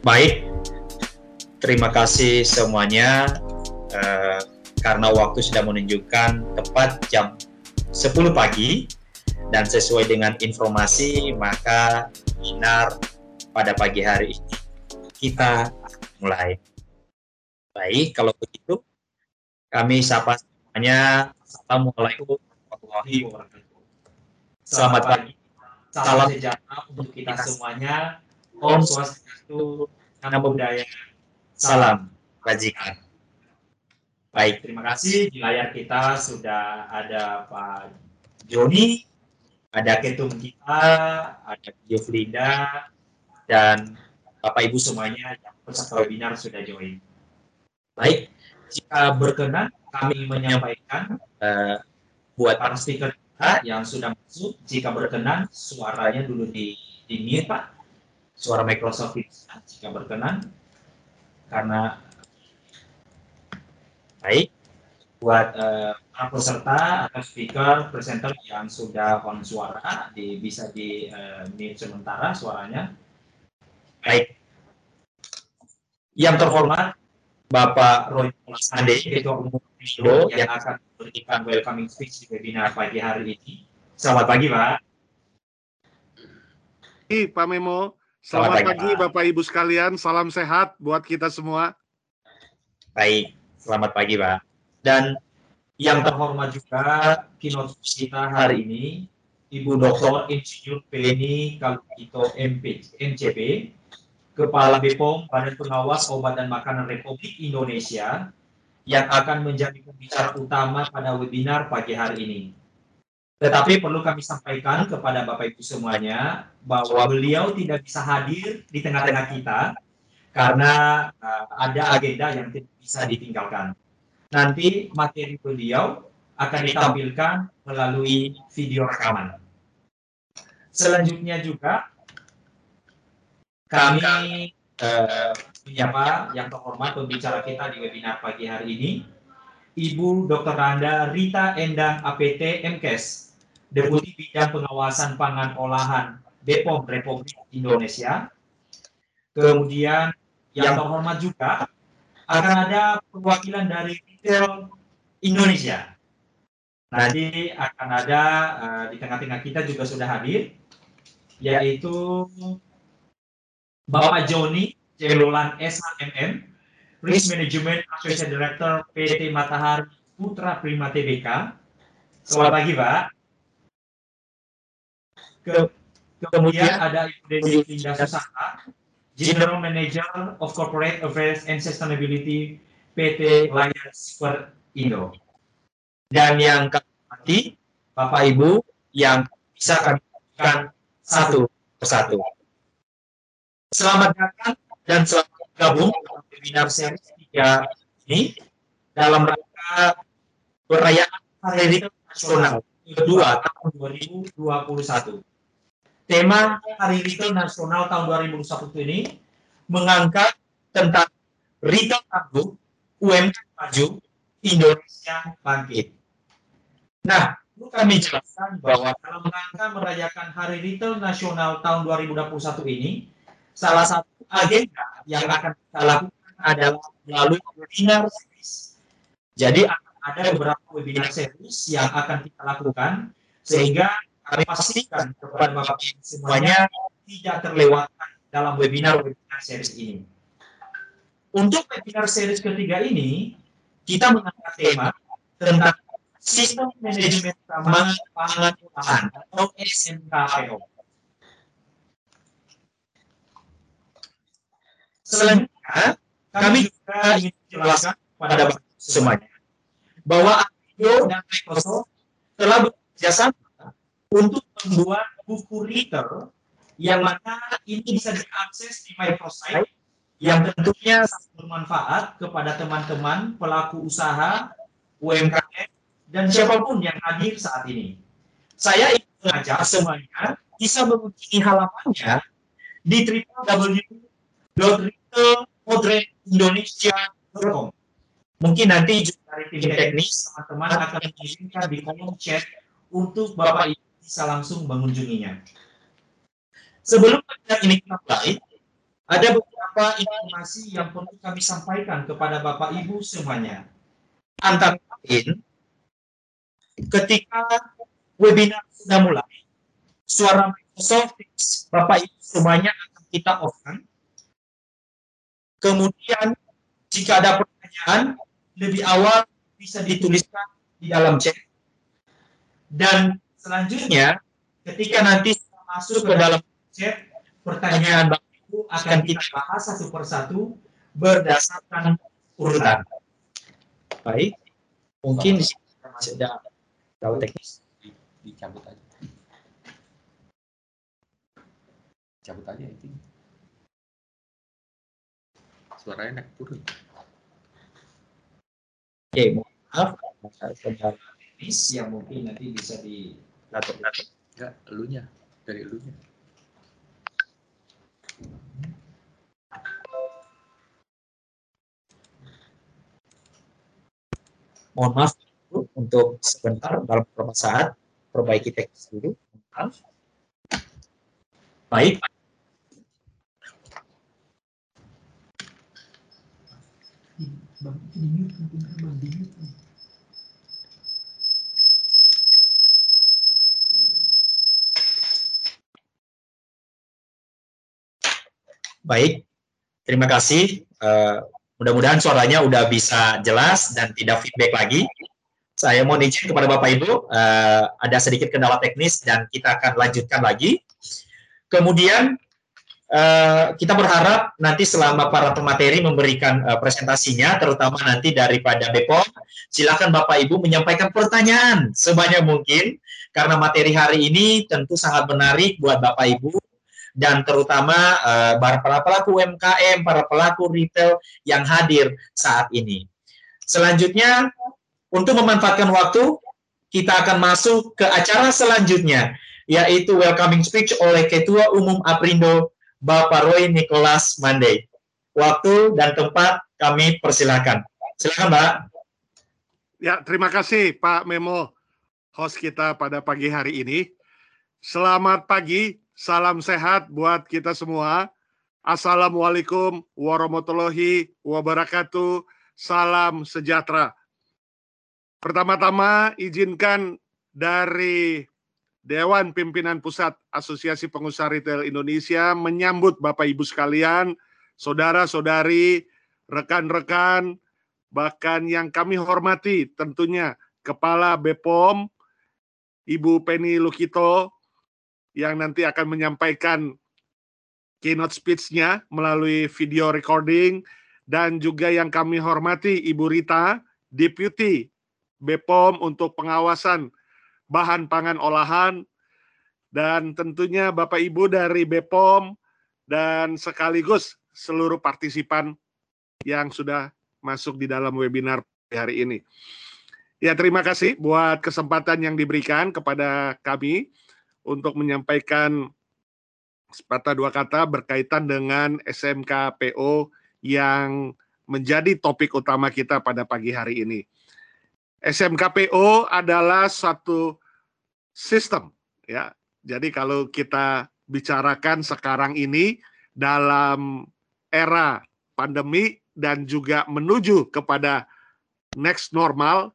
Baik, terima kasih semuanya. Karena waktu sudah menunjukkan tepat jam 10 pagi dan sesuai dengan informasi, maka webinar pada pagi hari ini kita mulai. Baik, kalau begitu kami sapa semuanya. Assalamualaikum warahmatullahi wabarakatuh. Selamat pagi, salam sejahtera untuk kita semuanya. Om Swastiastu, Namo Buddhaya, salam kebajikan. Baik, terima kasih. Di layar kita sudah ada Pak Joni, ada ketum kita, ada Yuflinda, dan Bapak Ibu semuanya yang peserta webinar sudah join. Baik, jika berkenan kami menyampaikan buat para speaker kita yang sudah masuk, jika berkenan suaranya dulu di mute Pak, suara Microsoft bisa, jika berkenan, karena baik. Buat para peserta atau speaker, presenter yang sudah on suara, bisa di mute sementara suaranya. Baik. Yang terhormat Bapak Roy Sande, Ketua Umum Indo, yang akan memberikan welcoming speech di webinar pagi hari ini. Selamat pagi, Pak. Pak Memo, selamat pagi Bapak Ibu sekalian, salam sehat buat kita semua. Baik, selamat pagi, Pak. Dan yang terhormat juga keynote kita hari ini, Ibu Dr. Insinyur Penny Kalukito MCP, Kepala BPOM Badan Pengawas Obat dan Makanan Republik Indonesia, yang akan menjadi pembicara utama pada webinar pagi hari ini. Tetapi perlu kami sampaikan kepada Bapak Ibu semuanya bahwa beliau tidak bisa hadir di tengah-tengah kita karena ada agenda yang tidak bisa ditinggalkan. Nanti materi beliau akan ditampilkan melalui video rekaman. Selanjutnya juga kami menyapa yang terhormat pembicara kita di webinar pagi hari ini, Ibu Dr. Randa Rita Endang APT MKes, Deputi Bidang Pengawasan Pangan Olahan BPOM Republik Indonesia. Kemudian yang terhormat juga akan ada perwakilan dari Retail Indonesia. Nanti akan ada di tengah-tengah kita juga sudah hadir, yaitu Bapak Joni Celulan SHMM, Risk Management Associate Director PT Matahari Putra Prima Tbk. Selamat pagi, Pak. Kemudian ada Ibu Desi Linda Susana, General Manager of Corporate Affairs and Sustainability PT Lion Super Indo. Dan yang kami Bapak Ibu yang bisa kami lakukan satu persatu. Selamat datang dan selamat bergabung dalam webinar seri 3 ini dalam rangka perayaan Hari Retail Nasional kedua tahun 2021. Tema Hari Retail Nasional tahun 2021 ini mengangkat tentang retail tangguh, UMKM maju, Indonesia bangkit. Nah, perlu kami jelaskan bahwa dalam rangka merayakan Hari Retail Nasional tahun 2021 ini, salah satu agenda yang akan kita lakukan adalah melalui webinar series. Jadi akan ada beberapa webinar series yang akan kita lakukan, sehingga kami pastikan kepada Bapak Ibu semuanya tidak terlewatkan dalam webinar-webinar series ini. Untuk webinar series ketiga ini, kita mengangkat tema tentang Sistem Manajemen Keamanan Pangan Olahan atau SMKPO. Selanjutnya, kami juga ingin menjelaskan kepada Bapak semuanya bahwa Apindo dan Microsoft telah bekerjasama untuk membuat buku retail yang mana ini bisa diakses di Microsoft, yang tentunya sangat bermanfaat kepada teman-teman pelaku usaha, UMKM, dan siapapun yang hadir saat ini. Saya ingin mengajak semuanya bisa mengunjungi halamannya di www.retailmoderatindonesia.com. Mungkin nanti juga dari tim teknis teman-teman akan mengirimkan di kolom chat untuk Bapak Ibu bisa langsung mengunjunginya. Sebelum ini kita mulai, ada beberapa beberapa informasi yang perlu kami sampaikan kepada Bapak Ibu semuanya. Antara lain, ketika webinar sudah mulai, suara Microsoft Teams Bapak Ibu semuanya akan kita off-kan. Kemudian jika ada pertanyaan, lebih awal bisa dituliskan di dalam chat. Dan selanjutnya, ketika nanti masuk ke dalam chat, pertanyaan Bapak Ibu akan kita bahas satu persatu berdasarkan urutan. Baik, mungkin di sini masih ada tahu teknis. Dicabut aja. Cabut aja itu. Suaranya naik turun. Oke, maaf, ada teknis yang mungkin nanti bisa diatur-atur. Enggak, elunya. Dari elunya. Mohon maaf untuk sebentar, dalam beberapa saat perbaiki teknis dulu. Baik. Baik, terima kasih. Mudah-mudahan suaranya udah bisa jelas dan tidak feedback lagi. Saya mohon izin kepada Bapak Ibu, ada sedikit kendala teknis dan kita akan lanjutkan lagi. Kemudian kita berharap nanti selama para pemateri memberikan presentasinya, terutama nanti daripada BPOM, silakan Bapak Ibu menyampaikan pertanyaan sebanyak mungkin, karena materi hari ini tentu sangat menarik buat Bapak Ibu, dan terutama para pelaku UMKM, para pelaku retail yang hadir saat ini. Selanjutnya, untuk memanfaatkan waktu, kita akan masuk ke acara selanjutnya, yaitu welcoming speech oleh Ketua Umum Aprindo, Bapak Roy Nicholas Mandey. Waktu dan tempat kami persilakan. Silakan, Mbak. Ya, terima kasih Pak Memo, host kita pada pagi hari ini. Selamat pagi, salam sehat buat kita semua. Assalamualaikum warahmatullahi wabarakatuh. Salam sejahtera. Pertama-tama izinkan dari Dewan Pimpinan Pusat Asosiasi Pengusaha Retail Indonesia menyambut Bapak Ibu sekalian, saudara-saudari, rekan-rekan, bahkan yang kami hormati tentunya Kepala BPOM, Ibu Penny Lukito, yang nanti akan menyampaikan keynote speech-nya melalui video recording, dan juga yang kami hormati Ibu Rita, Deputy BPOM untuk pengawasan bahan pangan olahan, dan tentunya Bapak Ibu dari BPOM, dan sekaligus seluruh partisipan yang sudah masuk di dalam webinar hari ini. Ya, terima kasih buat kesempatan yang diberikan kepada kami untuk menyampaikan sepatah dua kata berkaitan dengan SMK PO yang menjadi topik utama kita pada pagi hari ini. SMK PO adalah suatu sistem, ya. Jadi kalau kita bicarakan sekarang ini dalam era pandemi dan juga menuju kepada next normal,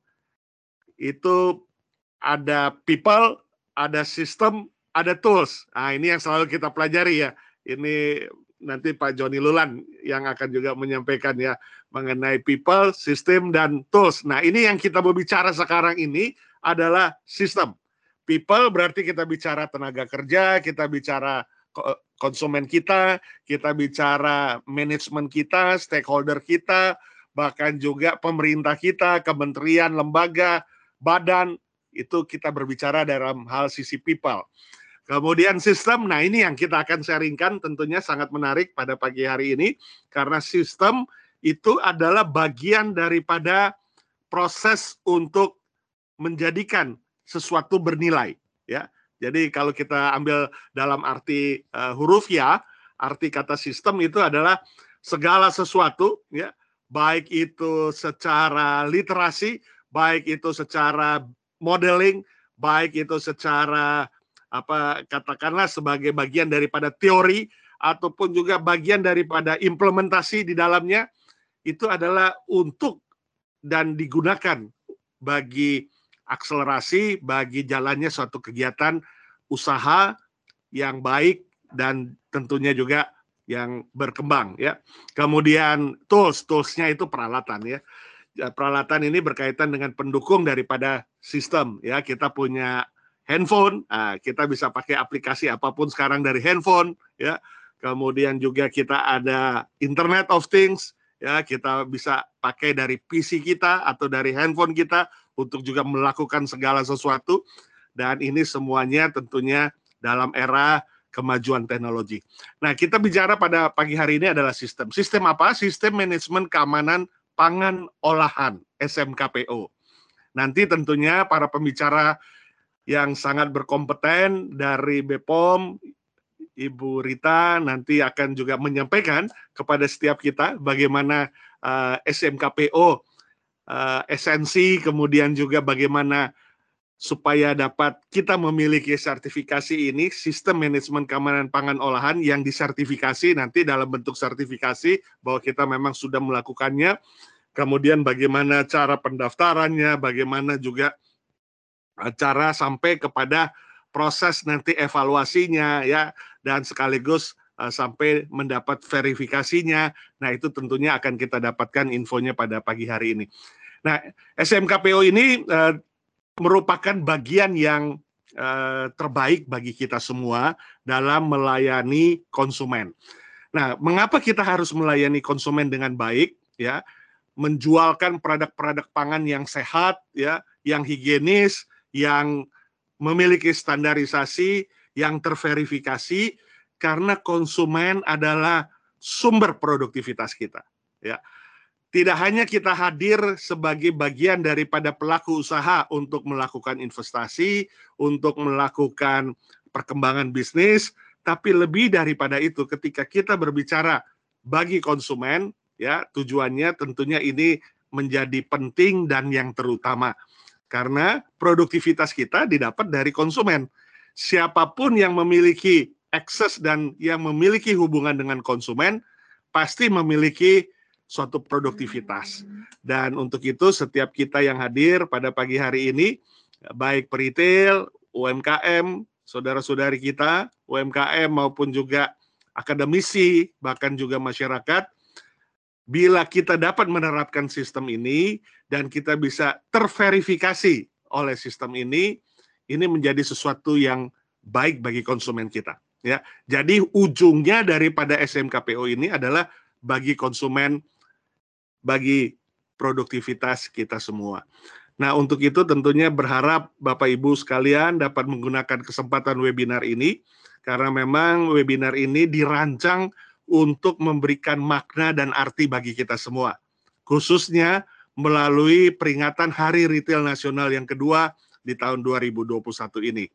itu ada people, ada sistem, ada tools. Nah, ini yang selalu kita pelajari ya. Ini nanti Pak Joni Lulan yang akan juga menyampaikan ya mengenai people, sistem, dan tools. Nah, ini yang kita berbicara sekarang ini adalah sistem. People berarti kita bicara tenaga kerja, kita bicara konsumen kita bicara manajemen kita, stakeholder kita, bahkan juga pemerintah kita, kementerian, lembaga, badan, itu kita berbicara dalam hal sisi people. Kemudian sistem, nah ini yang kita akan sharingkan, tentunya sangat menarik pada pagi hari ini, karena sistem itu adalah bagian daripada proses untuk menjadikan sesuatu bernilai, ya. Jadi kalau kita ambil dalam arti huruf ya, arti kata sistem itu adalah segala sesuatu, ya, baik itu secara literasi, baik itu secara modeling, baik itu secara katakanlah sebagai bagian daripada teori, ataupun juga bagian daripada implementasi di dalamnya, itu adalah untuk dan digunakan bagi akselerasi, bagi jalannya suatu kegiatan usaha yang baik dan tentunya juga yang berkembang ya. Kemudian toolsnya itu peralatan ya. Peralatan ini berkaitan dengan pendukung daripada sistem ya. Kita punya handphone, kita bisa pakai aplikasi apapun sekarang dari handphone ya. Kemudian juga kita ada Internet of Things ya, kita bisa pakai dari PC kita atau dari handphone kita untuk juga melakukan segala sesuatu, dan ini semuanya tentunya dalam era kemajuan teknologi. Nah, kita bicara pada pagi hari ini adalah sistem. Sistem apa? Sistem Manajemen Keamanan Pangan Olahan, SMKPO. Nanti tentunya para pembicara yang sangat berkompeten dari BPOM, Ibu Rita nanti akan juga menyampaikan kepada setiap kita bagaimana SMKPO esensi, kemudian juga bagaimana supaya dapat kita memiliki sertifikasi ini, Sistem Manajemen Keamanan Pangan Olahan yang disertifikasi nanti dalam bentuk sertifikasi bahwa kita memang sudah melakukannya, kemudian bagaimana cara pendaftarannya, bagaimana juga cara sampai kepada proses nanti evaluasinya ya, dan sekaligus sampai mendapat verifikasinya. Nah, itu tentunya akan kita dapatkan infonya pada pagi hari ini. Nah, SMKPO ini merupakan bagian yang terbaik bagi kita semua dalam melayani konsumen. Nah, mengapa kita harus melayani konsumen dengan baik? Ya, menjualkan produk-produk pangan yang sehat, ya, yang higienis, yang memiliki standarisasi, yang terverifikasi, karena konsumen adalah sumber produktivitas kita. Ya. Tidak hanya kita hadir sebagai bagian daripada pelaku usaha untuk melakukan investasi, untuk melakukan perkembangan bisnis, tapi lebih daripada itu ketika kita berbicara bagi konsumen, ya tujuannya tentunya ini menjadi penting dan yang terutama. Karena produktivitas kita didapat dari konsumen. Siapapun yang memiliki akses dan yang memiliki hubungan dengan konsumen, pasti memiliki suatu produktivitas. Dan untuk itu setiap kita yang hadir pada pagi hari ini, baik peritel, UMKM, saudara-saudari kita, UMKM maupun juga akademisi, bahkan juga masyarakat, bila kita dapat menerapkan sistem ini dan kita bisa terverifikasi oleh sistem ini menjadi sesuatu yang baik bagi konsumen kita. Ya, jadi ujungnya daripada SMKPO ini adalah bagi konsumen, bagi produktivitas kita semua. Nah, untuk itu tentunya berharap Bapak Ibu sekalian dapat menggunakan kesempatan webinar ini, karena memang webinar ini dirancang untuk memberikan makna dan arti bagi kita semua. Khususnya melalui peringatan Hari Retail Nasional yang kedua di tahun 2021 ini.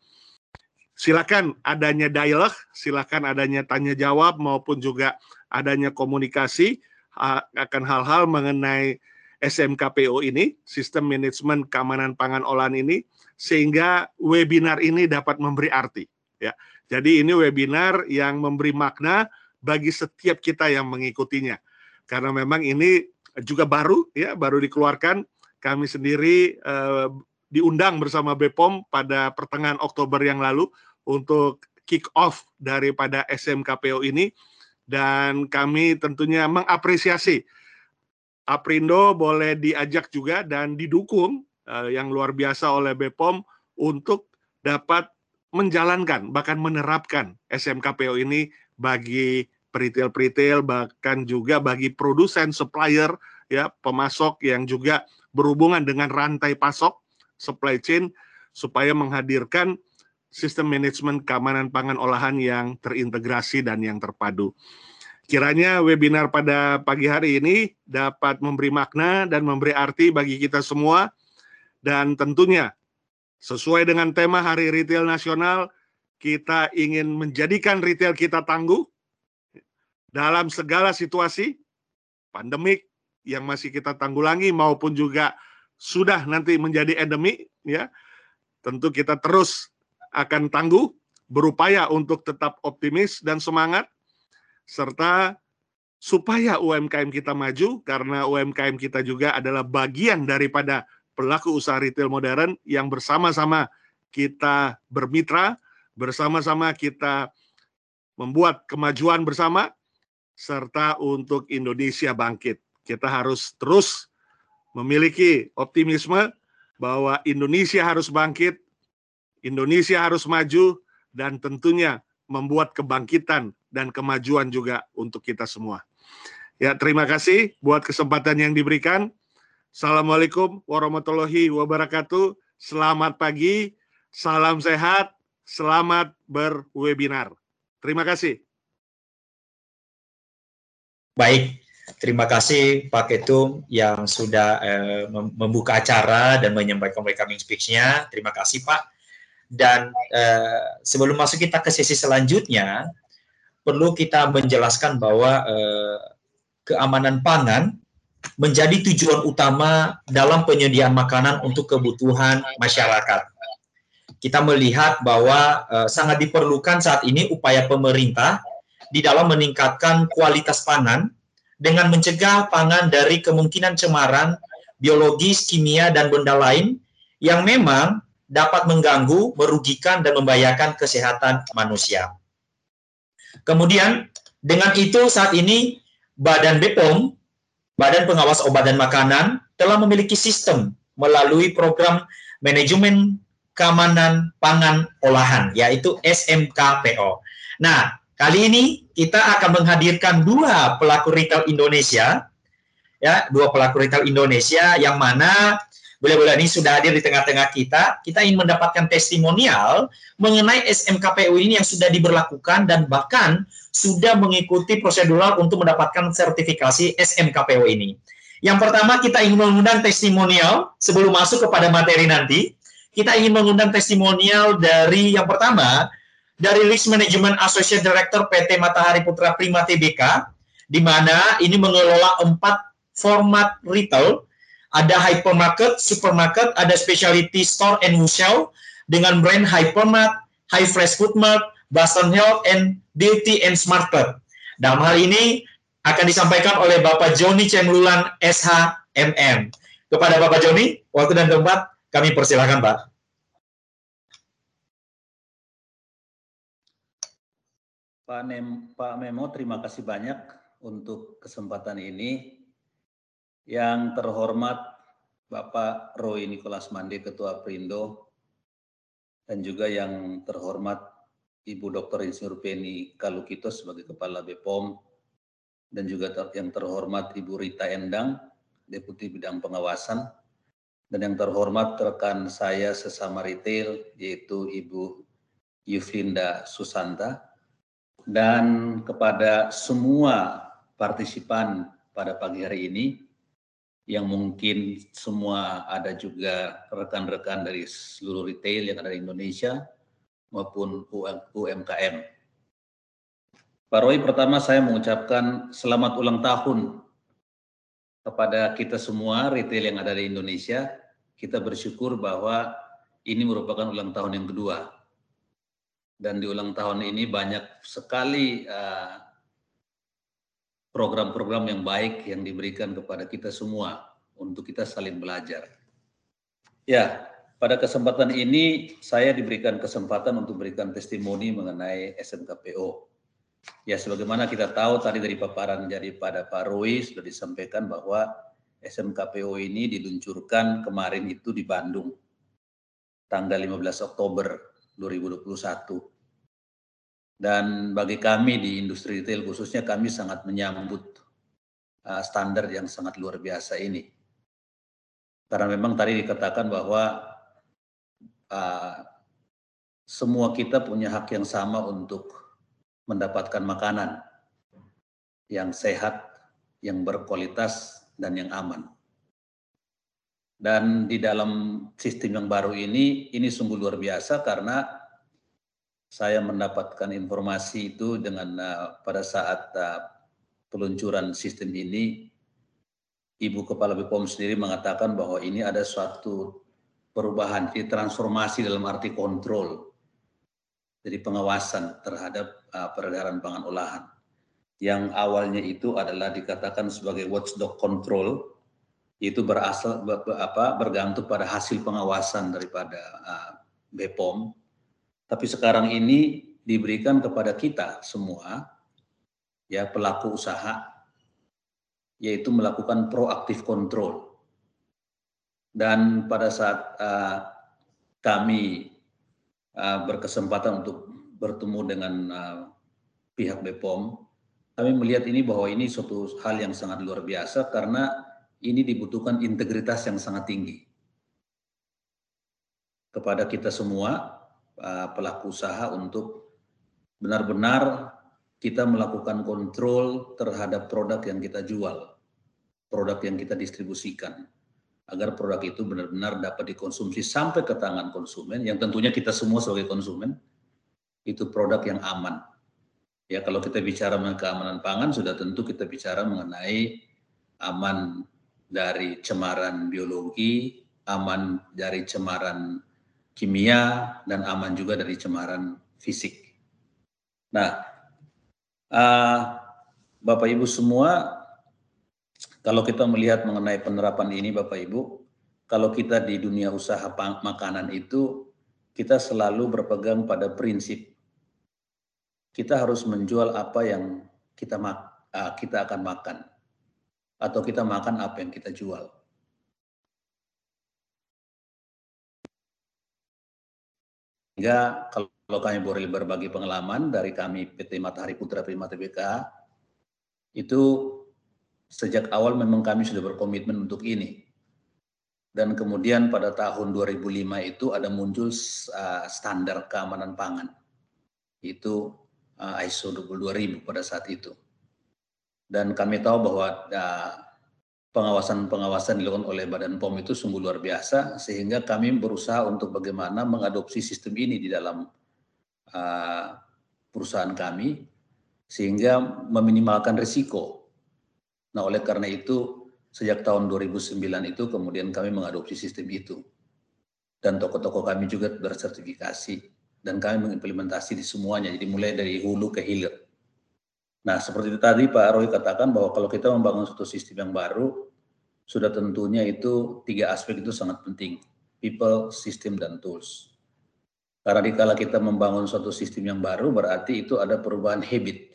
Silakan adanya dialog, silakan adanya tanya jawab maupun juga adanya komunikasi akan hal-hal mengenai SMKPO ini, Sistem Manajemen Keamanan Pangan Olahan ini, sehingga webinar ini dapat memberi arti. Ya, jadi ini webinar yang memberi makna bagi setiap kita yang mengikutinya. Karena memang ini juga baru, ya, baru dikeluarkan. Kami sendiri diundang bersama BPOM pada pertengahan Oktober yang lalu untuk kick off daripada SMKPO ini, dan kami tentunya mengapresiasi Aprindo boleh diajak juga dan didukung yang luar biasa oleh BPOM untuk dapat menjalankan, bahkan menerapkan SMKPO ini bagi peritel-peritel, bahkan juga bagi produsen, supplier, ya, pemasok yang juga berhubungan dengan rantai pasok, supply chain, supaya menghadirkan sistem manajemen keamanan pangan olahan yang terintegrasi dan yang terpadu. Kiranya webinar pada pagi hari ini dapat memberi makna dan memberi arti bagi kita semua, dan tentunya sesuai dengan tema Hari Retail Nasional, kita ingin menjadikan retail kita tangguh dalam segala situasi, pandemik yang masih kita tanggulangi maupun juga sudah nanti menjadi endemi, ya. Tentu kita terus akan tangguh, berupaya untuk tetap optimis dan semangat, serta supaya UMKM kita maju, karena UMKM kita juga adalah bagian daripada pelaku usaha retail modern yang bersama-sama kita bermitra, bersama-sama kita membuat kemajuan bersama, serta untuk Indonesia bangkit. Kita harus terus memiliki optimisme bahwa Indonesia harus bangkit, Indonesia harus maju, dan tentunya membuat kebangkitan dan kemajuan juga untuk kita semua. Ya, terima kasih buat kesempatan yang diberikan. Assalamualaikum warahmatullahi wabarakatuh. Selamat pagi, salam sehat, selamat berwebinar. Terima kasih. Baik, terima kasih Pak Ketum yang sudah membuka acara dan menyampaikan welcoming speech-nya. Terima kasih Pak. Dan sebelum masuk kita ke sesi selanjutnya, perlu kita menjelaskan bahwa keamanan pangan menjadi tujuan utama dalam penyediaan makanan untuk kebutuhan masyarakat. Kita melihat bahwa sangat diperlukan saat ini upaya pemerintah di dalam meningkatkan kualitas pangan dengan mencegah pangan dari kemungkinan cemaran biologis, kimia, dan benda lain yang memang dapat mengganggu, merugikan, dan membahayakan kesehatan manusia. Kemudian, dengan itu saat ini Badan BPOM, Badan Pengawas Obat dan Makanan, telah memiliki sistem melalui program manajemen keamanan pangan olahan, yaitu SMKPO. Nah, kali ini kita akan menghadirkan dua pelaku retail Indonesia, ya, dua pelaku retail Indonesia yang mana beliau-beliau ini sudah hadir di tengah-tengah kita. Kita ingin mendapatkan testimonial mengenai SMKPO ini yang sudah diberlakukan dan bahkan sudah mengikuti prosedural untuk mendapatkan sertifikasi SMKPO ini. Yang pertama, kita ingin mengundang testimonial sebelum masuk kepada materi nanti. Kita ingin mengundang testimonial dari yang pertama, dari Risk Management Associate Director PT Matahari Putra Prima Tbk, di mana ini mengelola 4 format retail. Ada hypermarket, supermarket, ada specialty store and wholesale dengan brand Hypermart, High Fresh Food Mart, Boston Health, and Beauty and Smartpet. Dalam hal ini akan disampaikan oleh Bapak Joni Cemlulan SHMM. Kepada Bapak Joni, waktu dan tempat kami persilakan, Pak. Pak Memo, terima kasih banyak untuk kesempatan ini. Yang terhormat Bapak Roy Nicholas Mande, Ketua Perindo, dan juga yang terhormat Ibu Dr. Insinyur Penny Kalukito sebagai Kepala BPOM, dan juga yang terhormat Ibu Rita Endang, Deputi Bidang Pengawasan, dan yang terhormat rekan saya sesama retail, yaitu Ibu Yuflinda Susanta, dan kepada semua partisipan pada pagi hari ini, yang mungkin semua ada juga rekan-rekan dari seluruh retail yang ada di Indonesia maupun UMKM. Pak Roy, pertama saya mengucapkan selamat ulang tahun kepada kita semua retail yang ada di Indonesia. Kita bersyukur bahwa ini merupakan ulang tahun yang kedua. Dan di ulang tahun ini banyak sekali program-program yang baik yang diberikan kepada kita semua untuk kita saling belajar. Ya, pada kesempatan ini saya diberikan kesempatan untuk berikan testimoni mengenai SMKPO. Ya, sebagaimana kita tahu tadi dari paparan daripada Pak Roy sudah disampaikan bahwa SMKPO ini diluncurkan kemarin itu di Bandung, tanggal 15 Oktober 2021. Dan bagi kami di industri retail khususnya kami sangat menyambut standar yang sangat luar biasa ini. Karena memang tadi dikatakan bahwa semua kita punya hak yang sama untuk mendapatkan makanan yang sehat, yang berkualitas, dan yang aman. Dan di dalam sistem yang baru ini sungguh luar biasa karena saya mendapatkan informasi itu dengan pada saat peluncuran sistem ini, Ibu Kepala BPOM sendiri mengatakan bahwa ini ada suatu perubahan, transformasi dalam arti kontrol, jadi pengawasan terhadap peredaran pangan olahan. yang awalnya itu adalah dikatakan sebagai watchdog control, itu bergantung pada hasil pengawasan daripada BPOM. Tapi sekarang ini diberikan kepada kita semua, ya, pelaku usaha, yaitu melakukan proaktif control. Dan pada saat kami berkesempatan untuk bertemu dengan pihak BPOM, kami melihat ini bahwa ini suatu hal yang sangat luar biasa karena ini dibutuhkan integritas yang sangat tinggi kepada kita semua pelaku usaha untuk benar-benar kita melakukan kontrol terhadap produk yang kita jual, produk yang kita distribusikan, agar produk itu benar-benar dapat dikonsumsi sampai ke tangan konsumen, yang tentunya kita semua sebagai konsumen, itu produk yang aman. Ya, kalau kita bicara mengenai keamanan pangan, sudah tentu kita bicara mengenai aman dari cemaran biologi, aman dari cemaran kimia, dan aman juga dari cemaran fisik. Nah, Bapak Ibu semua, kalau kita melihat mengenai penerapan ini Bapak Ibu, kalau kita di dunia usaha makanan itu, kita selalu berpegang pada prinsip kita harus menjual apa yang kita akan makan, atau kita makan apa yang kita jual. Sehingga kalau kami boleh berbagi pengalaman dari kami PT Matahari Putra Prima Tbk, itu sejak awal memang kami sudah berkomitmen untuk ini. Dan kemudian pada tahun 2005 itu ada muncul standar keamanan pangan. Itu ISO 22000 pada saat itu. Dan kami tahu bahwa pengawasan dilakukan oleh Badan POM itu sungguh luar biasa, sehingga kami berusaha untuk bagaimana mengadopsi sistem ini di dalam perusahaan kami, sehingga meminimalkan risiko. Nah, oleh karena itu, sejak tahun 2009 itu kemudian kami mengadopsi sistem itu. Dan toko-toko kami juga bersertifikasi, dan kami mengimplementasi di semuanya, jadi mulai dari hulu ke hilir. Nah, seperti itu tadi Pak Roy katakan bahwa kalau kita membangun suatu sistem yang baru, sudah tentunya itu 3 aspek itu sangat penting. People, system, dan tools. Karena dikala kita membangun suatu sistem yang baru, berarti itu ada perubahan habit.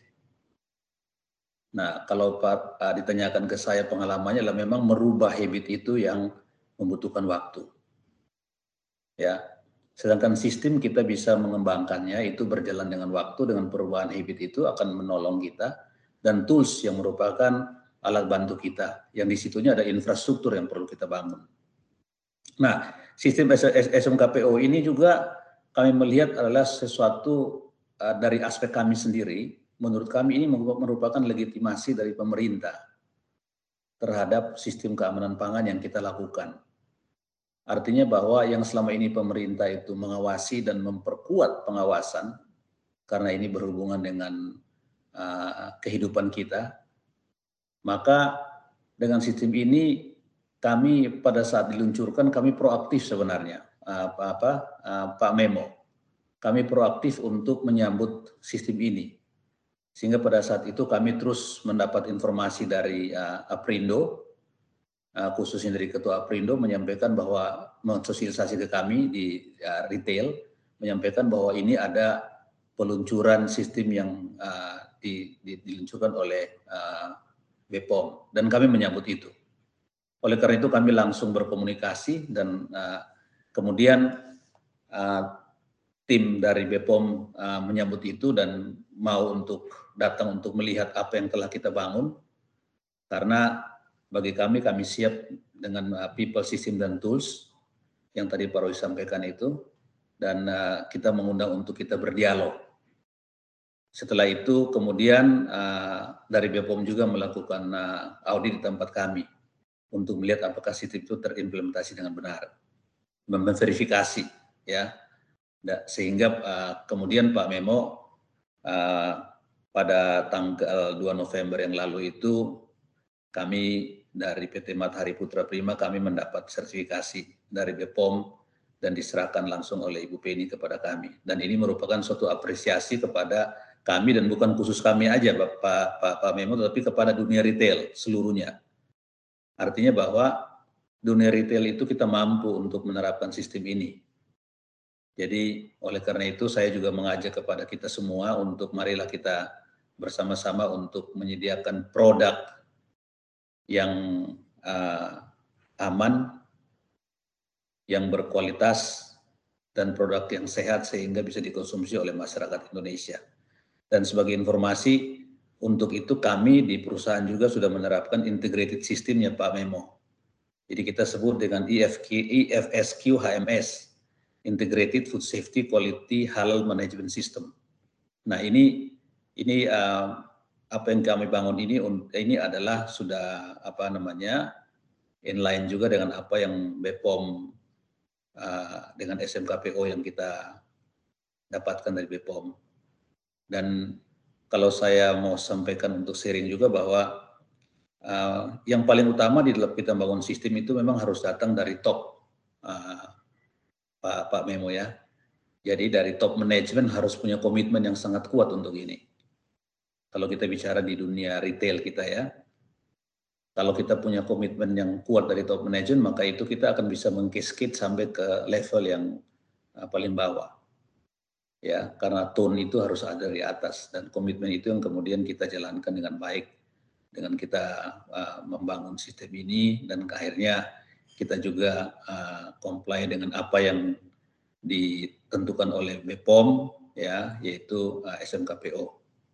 Nah, kalau Pak ditanyakan ke saya pengalamannya adalah memang merubah habit itu yang membutuhkan waktu. Ya, sedangkan sistem kita bisa mengembangkannya, itu berjalan dengan waktu, dengan perubahan habit itu akan menolong kita, dan tools yang merupakan alat bantu kita, yang disitunya ada infrastruktur yang perlu kita bangun. Nah, sistem SMKPO ini juga kami melihat adalah sesuatu dari aspek kami sendiri, menurut kami ini merupakan legitimasi dari pemerintah terhadap sistem keamanan pangan yang kita lakukan. Artinya bahwa yang selama ini pemerintah itu mengawasi dan memperkuat pengawasan, karena ini berhubungan dengan kehidupan kita, maka dengan sistem ini kami pada saat diluncurkan kami proaktif sebenarnya, Pak Memo. Kami proaktif untuk menyambut sistem ini. Sehingga pada saat itu kami terus mendapat informasi dari Aprindo, khususnya dari Ketua Aprindo, menyampaikan bahwa mensosialisasi ke kami di retail, menyampaikan bahwa ini ada peluncuran sistem yang diluncurkan oleh BPOM, dan kami menyambut itu. Oleh karena itu kami langsung berkomunikasi, dan kemudian tim dari BPOM menyambut itu dan mau untuk datang untuk melihat apa yang telah kita bangun, karena bagi kami siap dengan people, system, dan tools yang tadi Pak Roy sampaikan itu, dan kita mengundang untuk kita berdialog. Setelah itu kemudian dari BPOM juga melakukan audit di tempat kami untuk melihat apakah sistem itu terimplementasi dengan benar, memverifikasi, ya. Sehingga kemudian Pak Memo pada tanggal 2 November yang lalu itu kami dari PT Matahari Putra Prima kami mendapat sertifikasi dari BPOM dan diserahkan langsung oleh Ibu Penny kepada kami. Dan ini merupakan suatu apresiasi kepada kami dan bukan khusus kami aja Pak Memo, tapi kepada dunia retail seluruhnya. Artinya bahwa dunia retail itu kita mampu untuk menerapkan sistem ini. Jadi oleh karena itu saya juga mengajak kepada kita semua untuk marilah kita bersama-sama untuk menyediakan produk yang aman, yang berkualitas, dan produk yang sehat sehingga bisa dikonsumsi oleh masyarakat Indonesia. Dan sebagai informasi, untuk itu kami di perusahaan juga sudah menerapkan integrated systemnya Pak Memo. Jadi kita sebut dengan IFSQ HMS, Integrated Food Safety Quality Halal Management System. Nah ini apa yang kami bangun ini adalah sudah inline juga dengan apa yang BPOM dengan SMKPO yang kita dapatkan dari BPOM. Dan kalau saya mau sampaikan untuk sharing juga bahwa yang paling utama di dalam kita bangun sistem itu memang harus datang dari top, Pak Memo ya. Jadi dari top manajemen harus punya komitmen yang sangat kuat untuk ini. Kalau kita bicara di dunia retail kita ya, kalau kita punya komitmen yang kuat dari top manajemen, maka itu kita akan bisa meng-cascade sampai ke level yang paling bawah. Ya, karena tone itu harus ada di atas dan komitmen itu yang kemudian kita jalankan dengan baik dengan kita membangun sistem ini dan akhirnya kita juga comply dengan apa yang ditentukan oleh BPOM ya, yaitu SMKPO.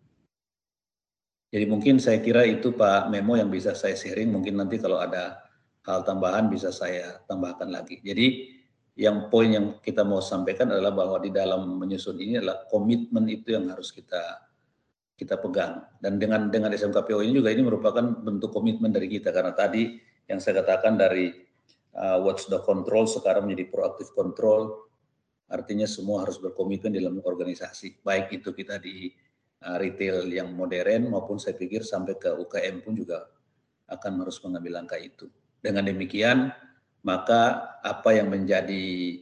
Jadi mungkin saya kira itu Pak Memo yang bisa saya sharing, mungkin nanti kalau ada hal tambahan bisa saya tambahkan lagi. Jadi yang poin yang kita mau sampaikan adalah bahwa di dalam menyusun ini adalah komitmen itu yang harus kita pegang. Dan dengan SMKPO ini juga ini merupakan bentuk komitmen dari kita karena tadi yang saya katakan dari watchdog control sekarang menjadi proactive control, artinya semua harus berkomitmen dalam organisasi. Baik itu kita di retail yang modern maupun saya pikir sampai ke UKM pun juga akan harus mengambil langkah itu. Dengan demikian maka apa yang menjadi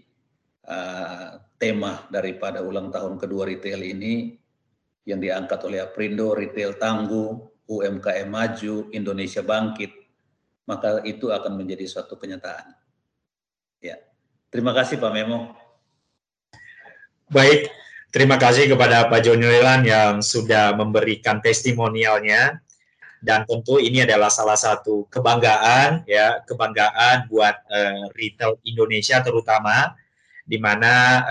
tema daripada ulang tahun kedua retail ini yang diangkat oleh Aprindo, retail tangguh, UMKM maju, Indonesia bangkit, maka itu akan menjadi suatu kenyataan. Ya, terima kasih Pak Memo. Baik, terima kasih kepada Pak Joni Lelan yang sudah memberikan testimonialnya. Dan tentu ini adalah salah satu kebanggaan ya, kebanggaan buat retail Indonesia terutama di mana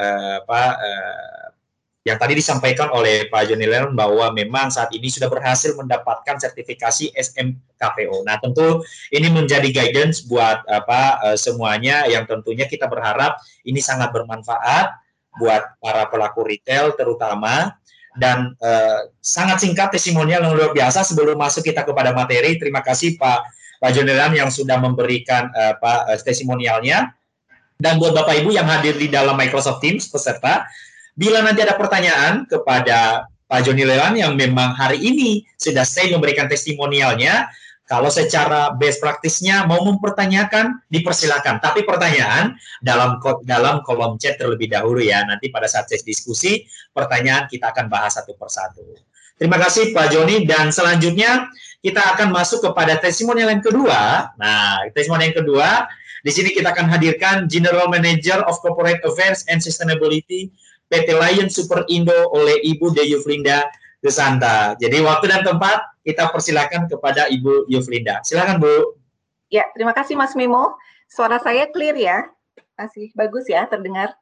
yang tadi disampaikan oleh Pak Joni Lelan bahwa memang saat ini sudah berhasil mendapatkan sertifikasi SMKPO. Nah, tentu ini menjadi guidance buat semuanya yang tentunya kita berharap ini sangat bermanfaat buat para pelaku retail terutama. Dan sangat singkat testimonial yang luar biasa. Sebelum masuk kita kepada materi, terima kasih Pak Joni Lelan yang sudah memberikan testimonialnya. Dan buat Bapak Ibu yang hadir di dalam Microsoft Teams peserta, bila nanti ada pertanyaan kepada Pak Joni Lelan yang memang hari ini sudah stay memberikan testimonialnya, kalau secara best practice-nya mau mempertanyakan, dipersilakan. Tapi pertanyaan dalam kolom chat terlebih dahulu ya. Nanti pada saat sesi diskusi, pertanyaan kita akan bahas satu persatu. Terima kasih Pak Joni. Dan selanjutnya kita akan masuk kepada testimonial yang kedua. Nah, testimonial yang kedua, di sini kita akan hadirkan General Manager of Corporate Affairs and Sustainability PT Lion Super Indo oleh Ibu Yuflinda Desanta. Jadi waktu dan tempat kita persilakan kepada Ibu Yuflinda. Silakan Bu. Ya, terima kasih Mas Memo. Suara saya clear ya? Masih bagus ya terdengar?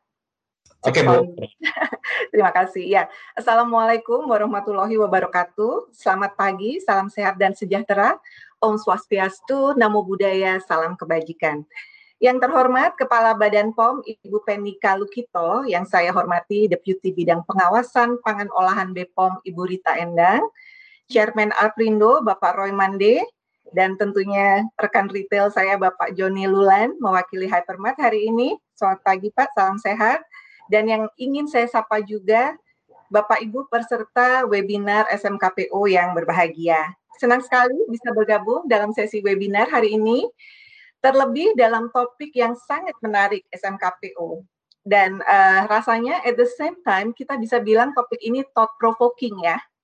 Oke Bu. Terima kasih. Ya, Assalamualaikum warahmatullahi wabarakatuh. Selamat pagi, salam sehat dan sejahtera. Om Swastiastu, Namo Buddhaya, salam kebajikan. Yang terhormat Kepala Badan POM Ibu Penika Lukito, yang saya hormati Deputi Bidang Pengawasan Pangan Olahan BPOM Ibu Rita Endang, Chairman Aprindo Bapak Roy Mande, dan tentunya rekan retail saya Bapak Joni Lelan mewakili Hypermart hari ini. Selamat pagi Pak, salam sehat. Dan yang ingin saya sapa juga Bapak Ibu peserta webinar SMKPO yang berbahagia. Senang sekali bisa bergabung dalam sesi webinar hari ini. Terlebih dalam topik yang sangat menarik SMKPO. Dan rasanya at the same time kita bisa bilang topik ini thought provoking ya.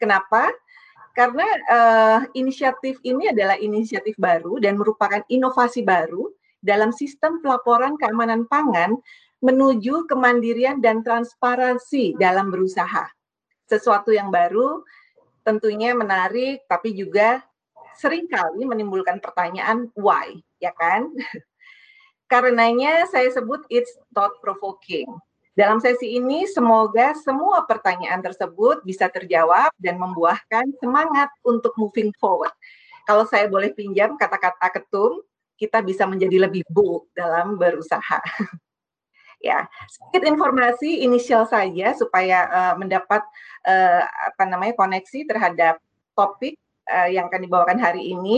Kenapa? Karena inisiatif ini adalah inisiatif baru dan merupakan inovasi baru dalam sistem pelaporan keamanan pangan menuju kemandirian dan transparansi dalam berusaha. Sesuatu yang baru, tentunya menarik, tapi juga seringkali menimbulkan pertanyaan why, ya kan? Karenanya saya sebut it's thought-provoking. Dalam sesi ini, semoga semua pertanyaan tersebut bisa terjawab dan membuahkan semangat untuk moving forward. Kalau saya boleh pinjam kata-kata Ketum, kita bisa menjadi lebih bold dalam berusaha. Ya, sedikit informasi inisial saja supaya mendapat koneksi terhadap topik yang akan dibawakan hari ini.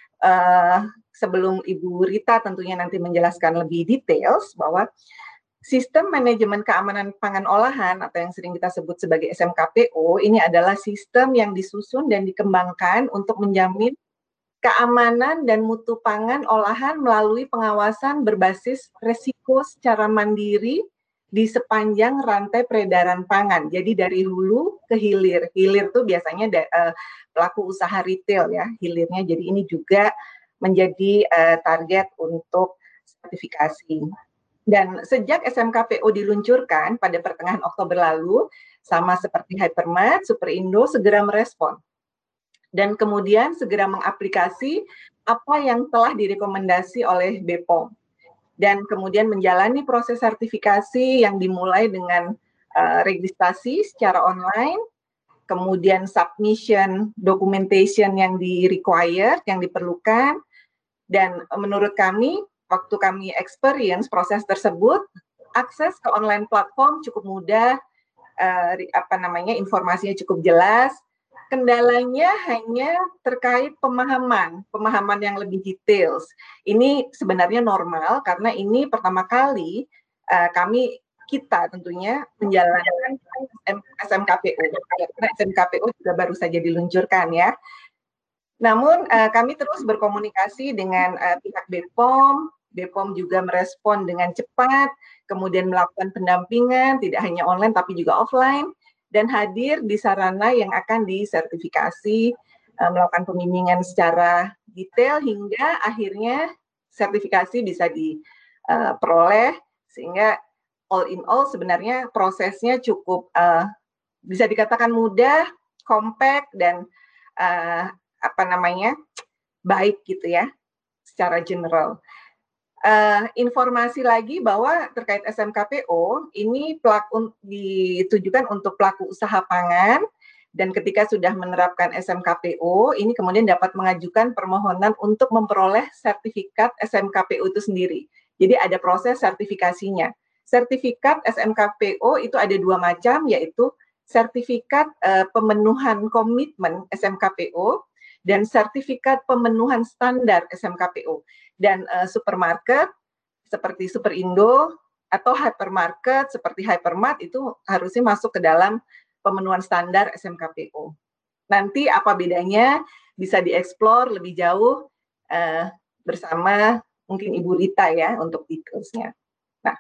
Sebelum Ibu Rita tentunya nanti menjelaskan lebih details bahwa Sistem Manajemen Keamanan Pangan Olahan atau yang sering kita sebut sebagai SMKPO ini adalah sistem yang disusun dan dikembangkan untuk menjamin keamanan dan mutu pangan olahan melalui pengawasan berbasis resiko secara mandiri di sepanjang rantai peredaran pangan. Jadi dari hulu ke hilir. Hilir itu biasanya pelaku usaha retail ya, hilirnya. Jadi ini juga menjadi target untuk sertifikasi. Dan sejak SMKPO diluncurkan pada pertengahan Oktober lalu, sama seperti Hypermart, Superindo segera merespon. Dan kemudian segera mengaplikasi apa yang telah direkomendasi oleh BPOM. Dan kemudian menjalani proses sertifikasi yang dimulai dengan registrasi secara online, kemudian submission documentation yang required, yang diperlukan, dan menurut kami, waktu kami experience proses tersebut, akses ke online platform cukup mudah, informasinya cukup jelas. Kendalanya hanya terkait pemahaman yang lebih details. Ini sebenarnya normal karena ini pertama kali kita tentunya menjalankan SMKPO. Karena SMKPO juga baru saja diluncurkan ya. Namun kami terus berkomunikasi dengan pihak BPOM. BPOM juga merespon dengan cepat, kemudian melakukan pendampingan, tidak hanya online tapi juga offline, dan hadir di sarana yang akan disertifikasi, melakukan pembimbingan secara detail hingga akhirnya sertifikasi bisa diperoleh, sehingga all in all sebenarnya prosesnya cukup bisa dikatakan mudah, compact, dan baik gitu ya, secara general. Informasi lagi bahwa terkait SMKPO ini ditujukan untuk pelaku usaha pangan, dan ketika sudah menerapkan SMKPO ini kemudian dapat mengajukan permohonan untuk memperoleh sertifikat SMKPO itu sendiri. Jadi ada proses sertifikasinya. Sertifikat SMKPO itu ada dua macam, yaitu sertifikat pemenuhan komitmen SMKPO dan sertifikat pemenuhan standar SMKPO. Dan supermarket seperti Superindo atau hypermarket seperti Hypermart itu harusnya masuk ke dalam pemenuhan standar SMKPO. Nanti apa bedanya bisa dieksplor lebih jauh bersama mungkin Ibu Rita ya untuk detailsnya. Nah,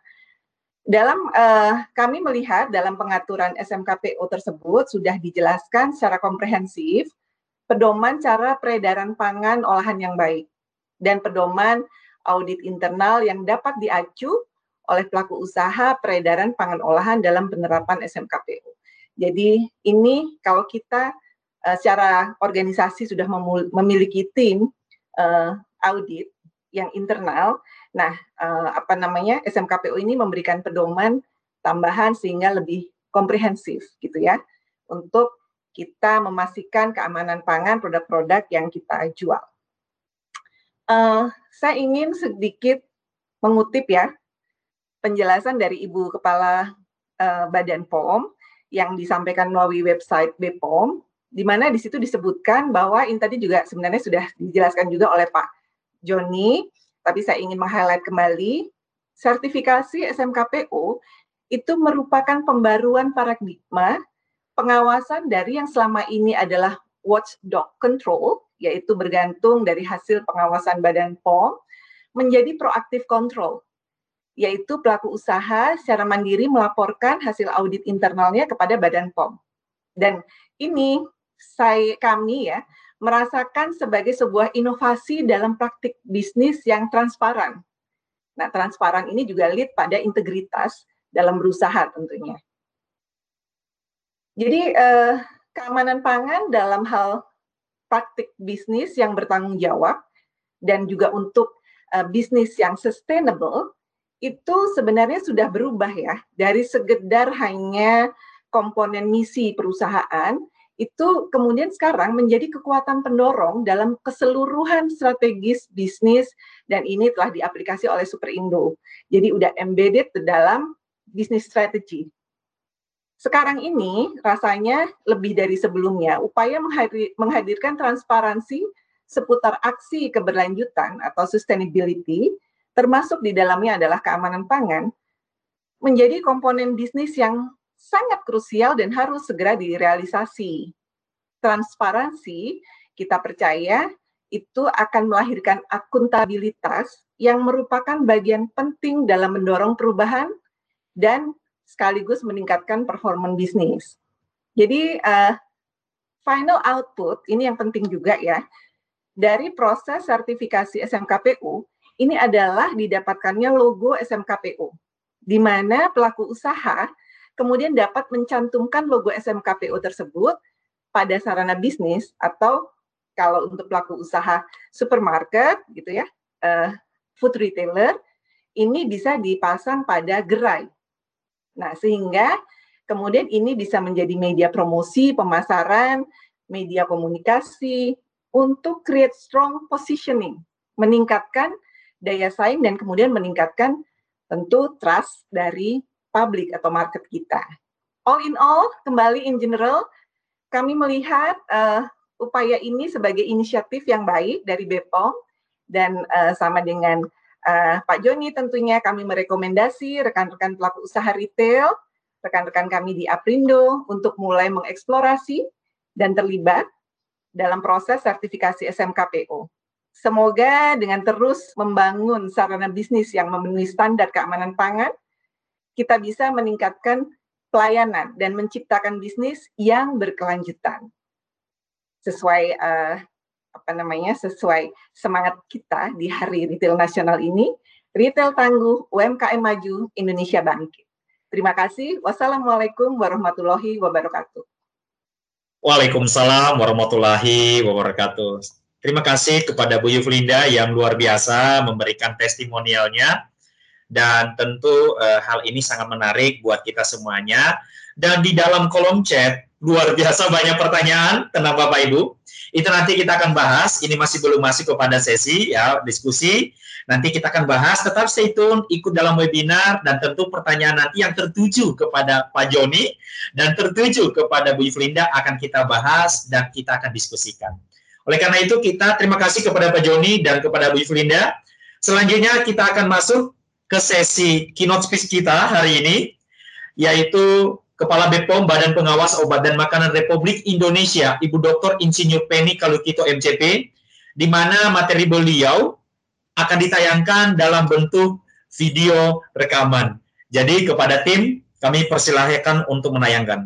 kami melihat dalam pengaturan SMKPO tersebut sudah dijelaskan secara komprehensif pedoman cara peredaran pangan olahan yang baik dan pedoman audit internal yang dapat diacu oleh pelaku usaha peredaran pangan olahan dalam penerapan SMKPO. Jadi ini kalau kita secara organisasi sudah memiliki tim audit yang internal, nah SMKPO ini memberikan pedoman tambahan sehingga lebih komprehensif gitu ya, untuk kita memastikan keamanan pangan produk-produk yang kita jual. Saya ingin sedikit mengutip ya penjelasan dari Ibu Kepala Badan POM yang disampaikan melalui website BPOM, di mana di situ disebutkan bahwa ini tadi juga sebenarnya sudah dijelaskan juga oleh Pak Joni, tapi saya ingin meng-highlight kembali, sertifikasi SMKPO itu merupakan pembaruan paradigma pengawasan dari yang selama ini adalah watchdog control, yaitu bergantung dari hasil pengawasan Badan POM, menjadi proaktif control, yaitu pelaku usaha secara mandiri melaporkan hasil audit internalnya kepada Badan POM. Dan ini kami ya merasakan sebagai sebuah inovasi dalam praktik bisnis yang transparan. Nah, transparan ini juga lead pada integritas dalam berusaha tentunya. Jadi, keamanan pangan dalam hal praktik bisnis yang bertanggung jawab dan juga untuk bisnis yang sustainable itu sebenarnya sudah berubah ya, dari sekedar hanya komponen misi perusahaan itu kemudian sekarang menjadi kekuatan pendorong dalam keseluruhan strategis bisnis dan ini telah diaplikasi oleh Superindo. Jadi udah embedded di dalam bisnis strategi. Sekarang ini rasanya lebih dari sebelumnya, upaya menghadirkan transparansi seputar aksi keberlanjutan atau sustainability, termasuk di dalamnya adalah keamanan pangan, menjadi komponen bisnis yang sangat krusial dan harus segera direalisasi. Transparansi, kita percaya, itu akan melahirkan akuntabilitas yang merupakan bagian penting dalam mendorong perubahan dan sekaligus meningkatkan performa bisnis. Jadi, final output, ini yang penting juga ya, dari proses sertifikasi SMKPU, ini adalah didapatkannya logo SMKPU, di mana pelaku usaha kemudian dapat mencantumkan logo SMKPU tersebut pada sarana bisnis atau kalau untuk pelaku usaha supermarket gitu ya, food retailer, ini bisa dipasang pada gerai. Nah, sehingga kemudian ini bisa menjadi media promosi, pemasaran, media komunikasi untuk create strong positioning, meningkatkan daya saing dan kemudian meningkatkan tentu trust dari publik atau market kita. All in all, kembali in general, kami melihat upaya ini sebagai inisiatif yang baik dari BPOM dan sama dengan Pak Joni tentunya kami merekomendasi rekan-rekan pelaku usaha retail, rekan-rekan kami di Aprindo untuk mulai mengeksplorasi dan terlibat dalam proses sertifikasi SMKPO. Semoga dengan terus membangun sarana bisnis yang memenuhi standar keamanan pangan, kita bisa meningkatkan pelayanan dan menciptakan bisnis yang berkelanjutan. Sesuai sesuai semangat kita di Hari Retail Nasional ini, retail tangguh, UMKM maju, Indonesia bangkit. Terima kasih. Wassalamualaikum warahmatullahi wabarakatuh. Waalaikumsalam warahmatullahi wabarakatuh. Terima kasih kepada Bu Yuflinda yang luar biasa memberikan testimonialnya dan tentu hal ini sangat menarik buat kita semuanya. Dan di dalam kolom chat luar biasa banyak pertanyaan, tenang Bapak Ibu. Itu nanti kita akan bahas, ini masih belum masuk kepada sesi ya diskusi. Nanti kita akan bahas, tetap stay tune, ikut dalam webinar dan tentu pertanyaan nanti yang tertuju kepada Pak Joni dan tertuju kepada Bu Yuflinda akan kita bahas dan kita akan diskusikan. Oleh karena itu kita terima kasih kepada Pak Joni dan kepada Bu Yuflinda. Selanjutnya kita akan masuk ke sesi keynote speech kita hari ini, yaitu Kepala BPOM Badan Pengawas Obat dan Makanan Republik Indonesia, Ibu Dr. Insinyur Penny Kalukito MCP, di mana materi beliau akan ditayangkan dalam bentuk video rekaman. Jadi kepada tim, kami persilahkan untuk menayangkan.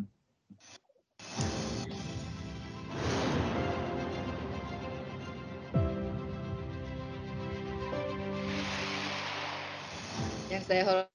Yang saya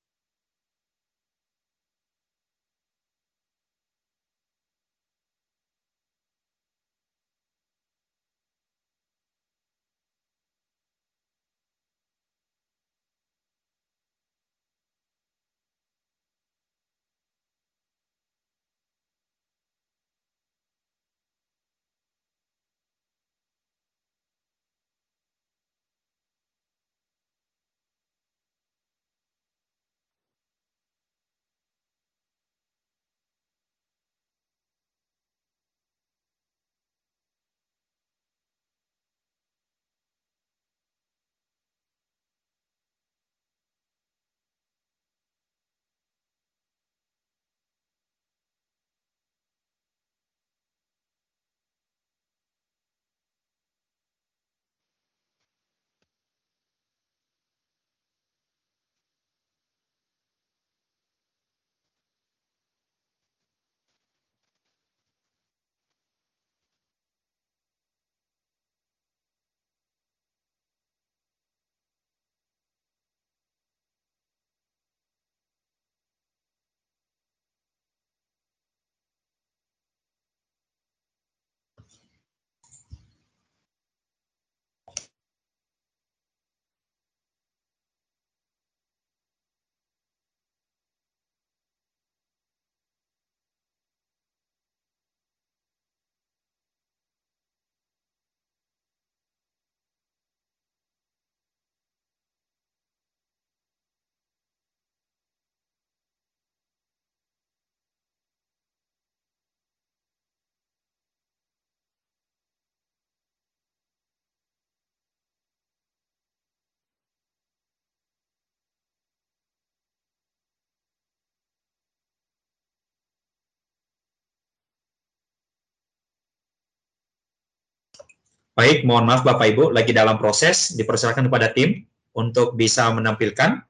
Baik, mohon maaf Bapak Ibu, lagi dalam proses, dipersilakan kepada tim untuk bisa menampilkan.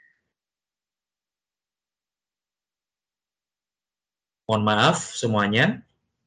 Mohon maaf semuanya.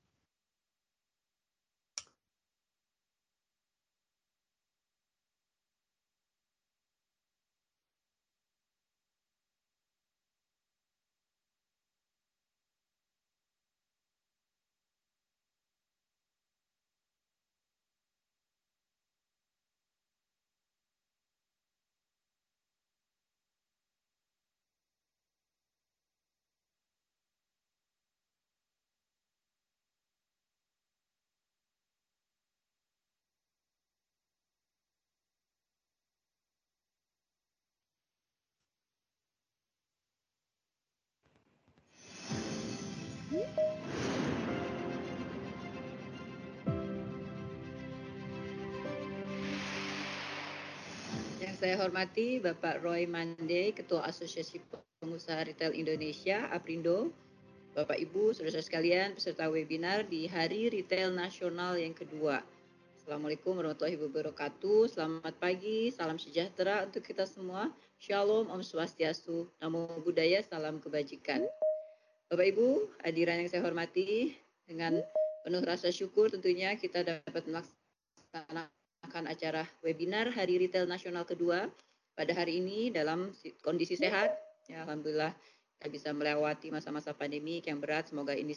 Yang saya hormati Bapak Roy Mande, Ketua Asosiasi Pengusaha Retail Indonesia, APRindo, Bapak Ibu, saudara-saudara sekalian, peserta webinar di Hari Retail Nasional yang kedua. Assalamualaikum warahmatullahi wabarakatuh. Selamat pagi, salam sejahtera untuk kita semua. Shalom, Om Swastiastu, Namo Buddhaya, salam kebajikan. Bapak Ibu, hadirin yang saya hormati, dengan penuh rasa syukur tentunya kita dapat melaksanakan acara webinar Hari Retail Nasional kedua pada hari ini dalam kondisi sehat. Ya, alhamdulillah kita bisa melewati masa-masa pandemi yang berat. Semoga ini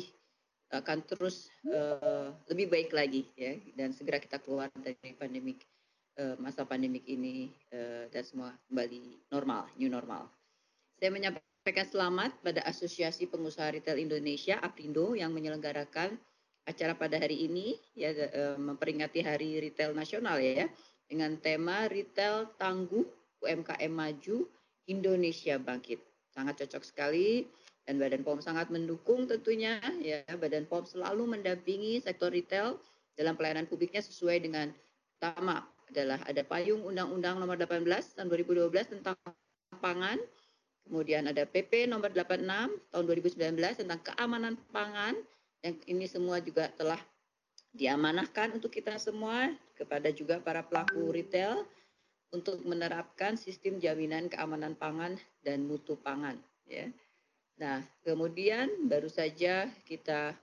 akan terus lebih baik lagi ya, dan segera kita keluar dari pandemik, masa pandemik ini dan semua kembali normal, new normal. Saya menyampaikan selamat pada Asosiasi Pengusaha Retail Indonesia APRindo yang menyelenggarakan acara pada hari ini ya, memperingati Hari Retail Nasional ya, dengan tema Retail Tangguh, UMKM Maju, Indonesia Bangkit. Sangat cocok sekali dan Badan POM sangat mendukung tentunya ya. Badan POM selalu mendampingi sektor retail dalam pelayanan publiknya sesuai dengan pertama adalah ada payung Undang-Undang Nomor 18 tahun 2012 tentang pangan. Kemudian ada PP nomor 86 tahun 2019 tentang keamanan pangan, yang ini semua juga telah diamanahkan untuk kita semua kepada juga para pelaku retail untuk menerapkan sistem jaminan keamanan pangan dan mutu pangan ya. Nah, kemudian baru saja kita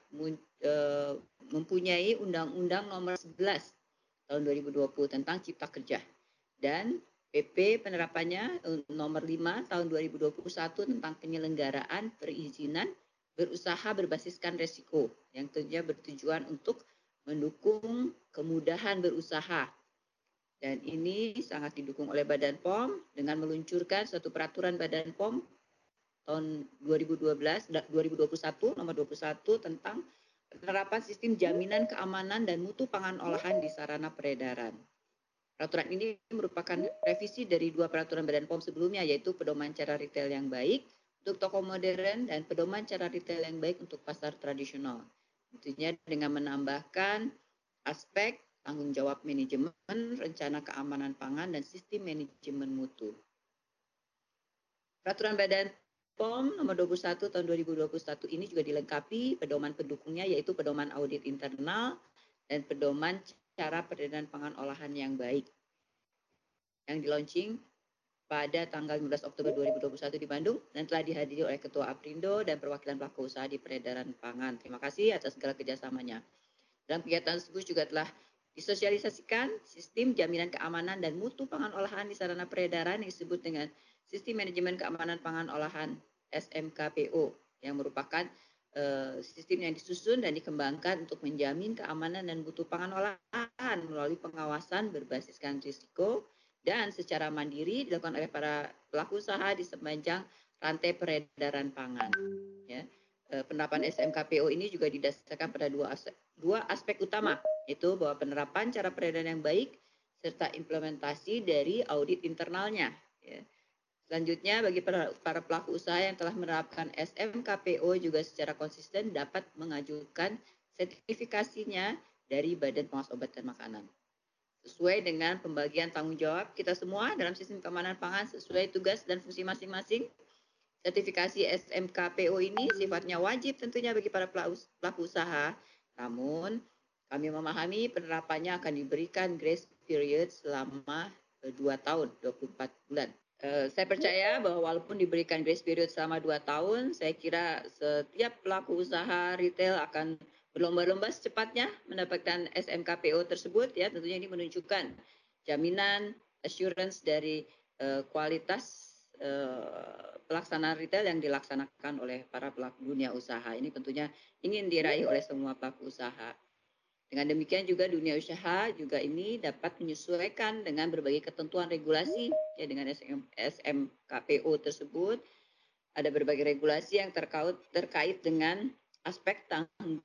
mempunyai Undang-Undang Nomor 11 tahun 2020 tentang Cipta Kerja dan PP penerapannya nomor 5 tahun 2021 tentang penyelenggaraan perizinan berusaha berbasiskan resiko yang tentunya bertujuan untuk mendukung kemudahan berusaha. Dan ini sangat didukung oleh Badan POM dengan meluncurkan suatu peraturan Badan POM tahun 2021 nomor 21 tentang penerapan sistem jaminan keamanan dan mutu pangan olahan di sarana peredaran. Peraturan ini merupakan revisi dari dua peraturan Badan POM sebelumnya, yaitu pedoman cara retail yang baik untuk toko modern dan pedoman cara retail yang baik untuk pasar tradisional. Tentunya dengan menambahkan aspek tanggung jawab manajemen, rencana keamanan pangan, dan sistem manajemen mutu. Peraturan Badan POM nomor 21 tahun 2021 ini juga dilengkapi pedoman pendukungnya, yaitu pedoman audit internal dan pedoman cara peredaran pangan olahan yang baik yang di-launching pada tanggal 15 Oktober 2021 di Bandung dan telah dihadiri oleh Ketua APRindo dan perwakilan pelaku usaha di peredaran pangan. Terima kasih atas segala kerjasamanya. Dalam kegiatan tersebut juga telah disosialisasikan sistem jaminan keamanan dan mutu pangan olahan di sarana peredaran yang disebut dengan Sistem Manajemen Keamanan Pangan Olahan SMKPO yang merupakan sistem yang disusun dan dikembangkan untuk menjamin keamanan dan mutu pangan olahan melalui pengawasan berbasiskan risiko dan secara mandiri dilakukan oleh para pelaku usaha di sepanjang rantai peredaran pangan. Ya. Penerapan SMKPO ini juga didasarkan pada dua aspek utama, yaitu bahwa penerapan cara peredaran yang baik serta implementasi dari audit internalnya. Ya. Selanjutnya, bagi para pelaku usaha yang telah menerapkan SMKPO juga secara konsisten dapat mengajukan sertifikasinya dari Badan Pengawas Obat dan Makanan. Sesuai dengan pembagian tanggung jawab kita semua dalam sistem keamanan pangan sesuai tugas dan fungsi masing-masing. Sertifikasi SMKPO ini sifatnya wajib tentunya bagi para pelaku usaha. Namun, Kami memahami penerapannya akan diberikan grace period selama 2 tahun, 24 bulan. Saya percaya bahwa walaupun diberikan grace period selama 2 tahun, saya kira setiap pelaku usaha retail akan berlomba-lomba secepatnya mendapatkan SMKPO tersebut, ya. Tentunya ini menunjukkan jaminan assurance dari kualitas pelaksanaan retail yang dilaksanakan oleh para pelaku dunia usaha. Ini tentunya ingin diraih oleh semua pelaku usaha. Dengan demikian juga dunia usaha juga ini dapat menyesuaikan dengan berbagai ketentuan regulasi, ya, dengan SMKPO tersebut. Ada berbagai regulasi yang terkait dengan aspek tanggung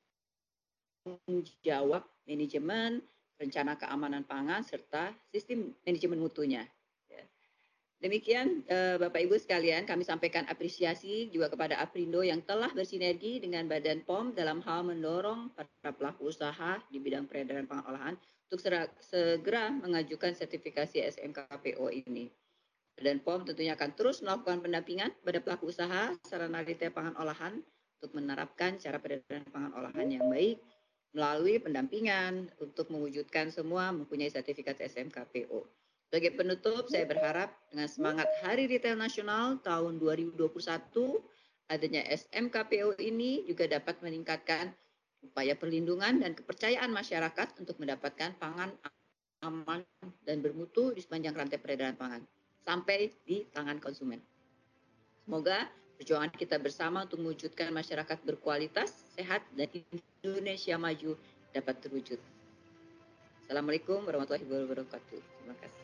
jawab manajemen, rencana keamanan pangan, serta sistem manajemen mutunya. Demikian Bapak Ibu sekalian, kami sampaikan apresiasi juga kepada Aprindo yang telah bersinergi dengan Badan POM dalam hal mendorong para pelaku usaha di bidang peredaran pangan olahan untuk segera mengajukan sertifikasi SMKPO ini. Badan POM tentunya akan terus melakukan pendampingan pada pelaku usaha sarana retail pangan olahan untuk menerapkan cara peredaran pangan olahan yang baik melalui pendampingan untuk mewujudkan semua mempunyai sertifikat SMKPO. Sebagai penutup, saya berharap dengan semangat Hari Retail Nasional tahun 2021, adanya SMKPO ini juga dapat meningkatkan upaya perlindungan dan kepercayaan masyarakat untuk mendapatkan pangan aman dan bermutu di sepanjang rantai peredaran pangan, sampai di tangan konsumen. Semoga perjuangan kita bersama untuk mewujudkan masyarakat berkualitas, sehat, dan Indonesia maju dapat terwujud. Assalamualaikum warahmatullahi wabarakatuh. Terima kasih.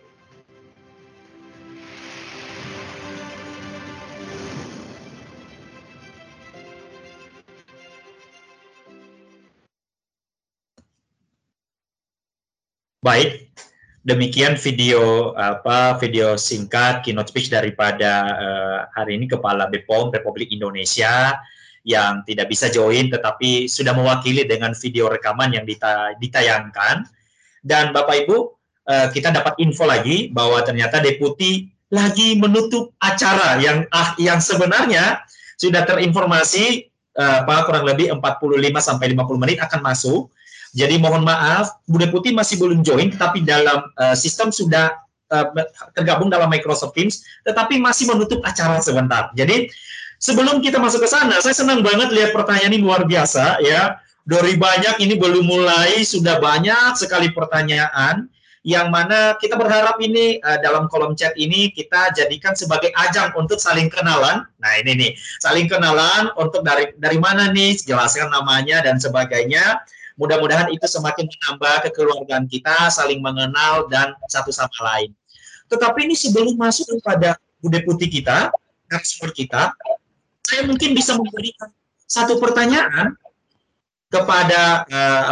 Baik, demikian video singkat keynote speech daripada hari ini Kepala BPOM Republik Indonesia yang tidak bisa join tetapi sudah mewakili dengan video rekaman yang ditayangkan. Dan Bapak Ibu, kita dapat info lagi bahwa ternyata Deputi lagi menutup acara yang sebenarnya sudah terinformasi kurang lebih 45 sampai 50 menit akan masuk. Jadi mohon maaf, Bu Deputi masih belum join, tapi dalam sistem sudah tergabung dalam Microsoft Teams, tetapi masih menutup acara sebentar. Jadi sebelum kita masuk ke sana, saya senang banget lihat pertanyaan ini luar biasa ya. Dari banyak ini belum mulai, sudah banyak sekali pertanyaan, yang mana kita berharap ini dalam kolom chat ini kita jadikan sebagai ajang untuk saling kenalan. Nah ini nih, saling kenalan untuk dari mana nih, jelaskan namanya dan sebagainya. Mudah-mudahan itu semakin menambah kekeluargaan kita, saling mengenal, dan satu sama lain. Tetapi ini sebelum masuk kepada Bu Deputi kita, narasumber kita, saya mungkin bisa memberikan satu pertanyaan kepada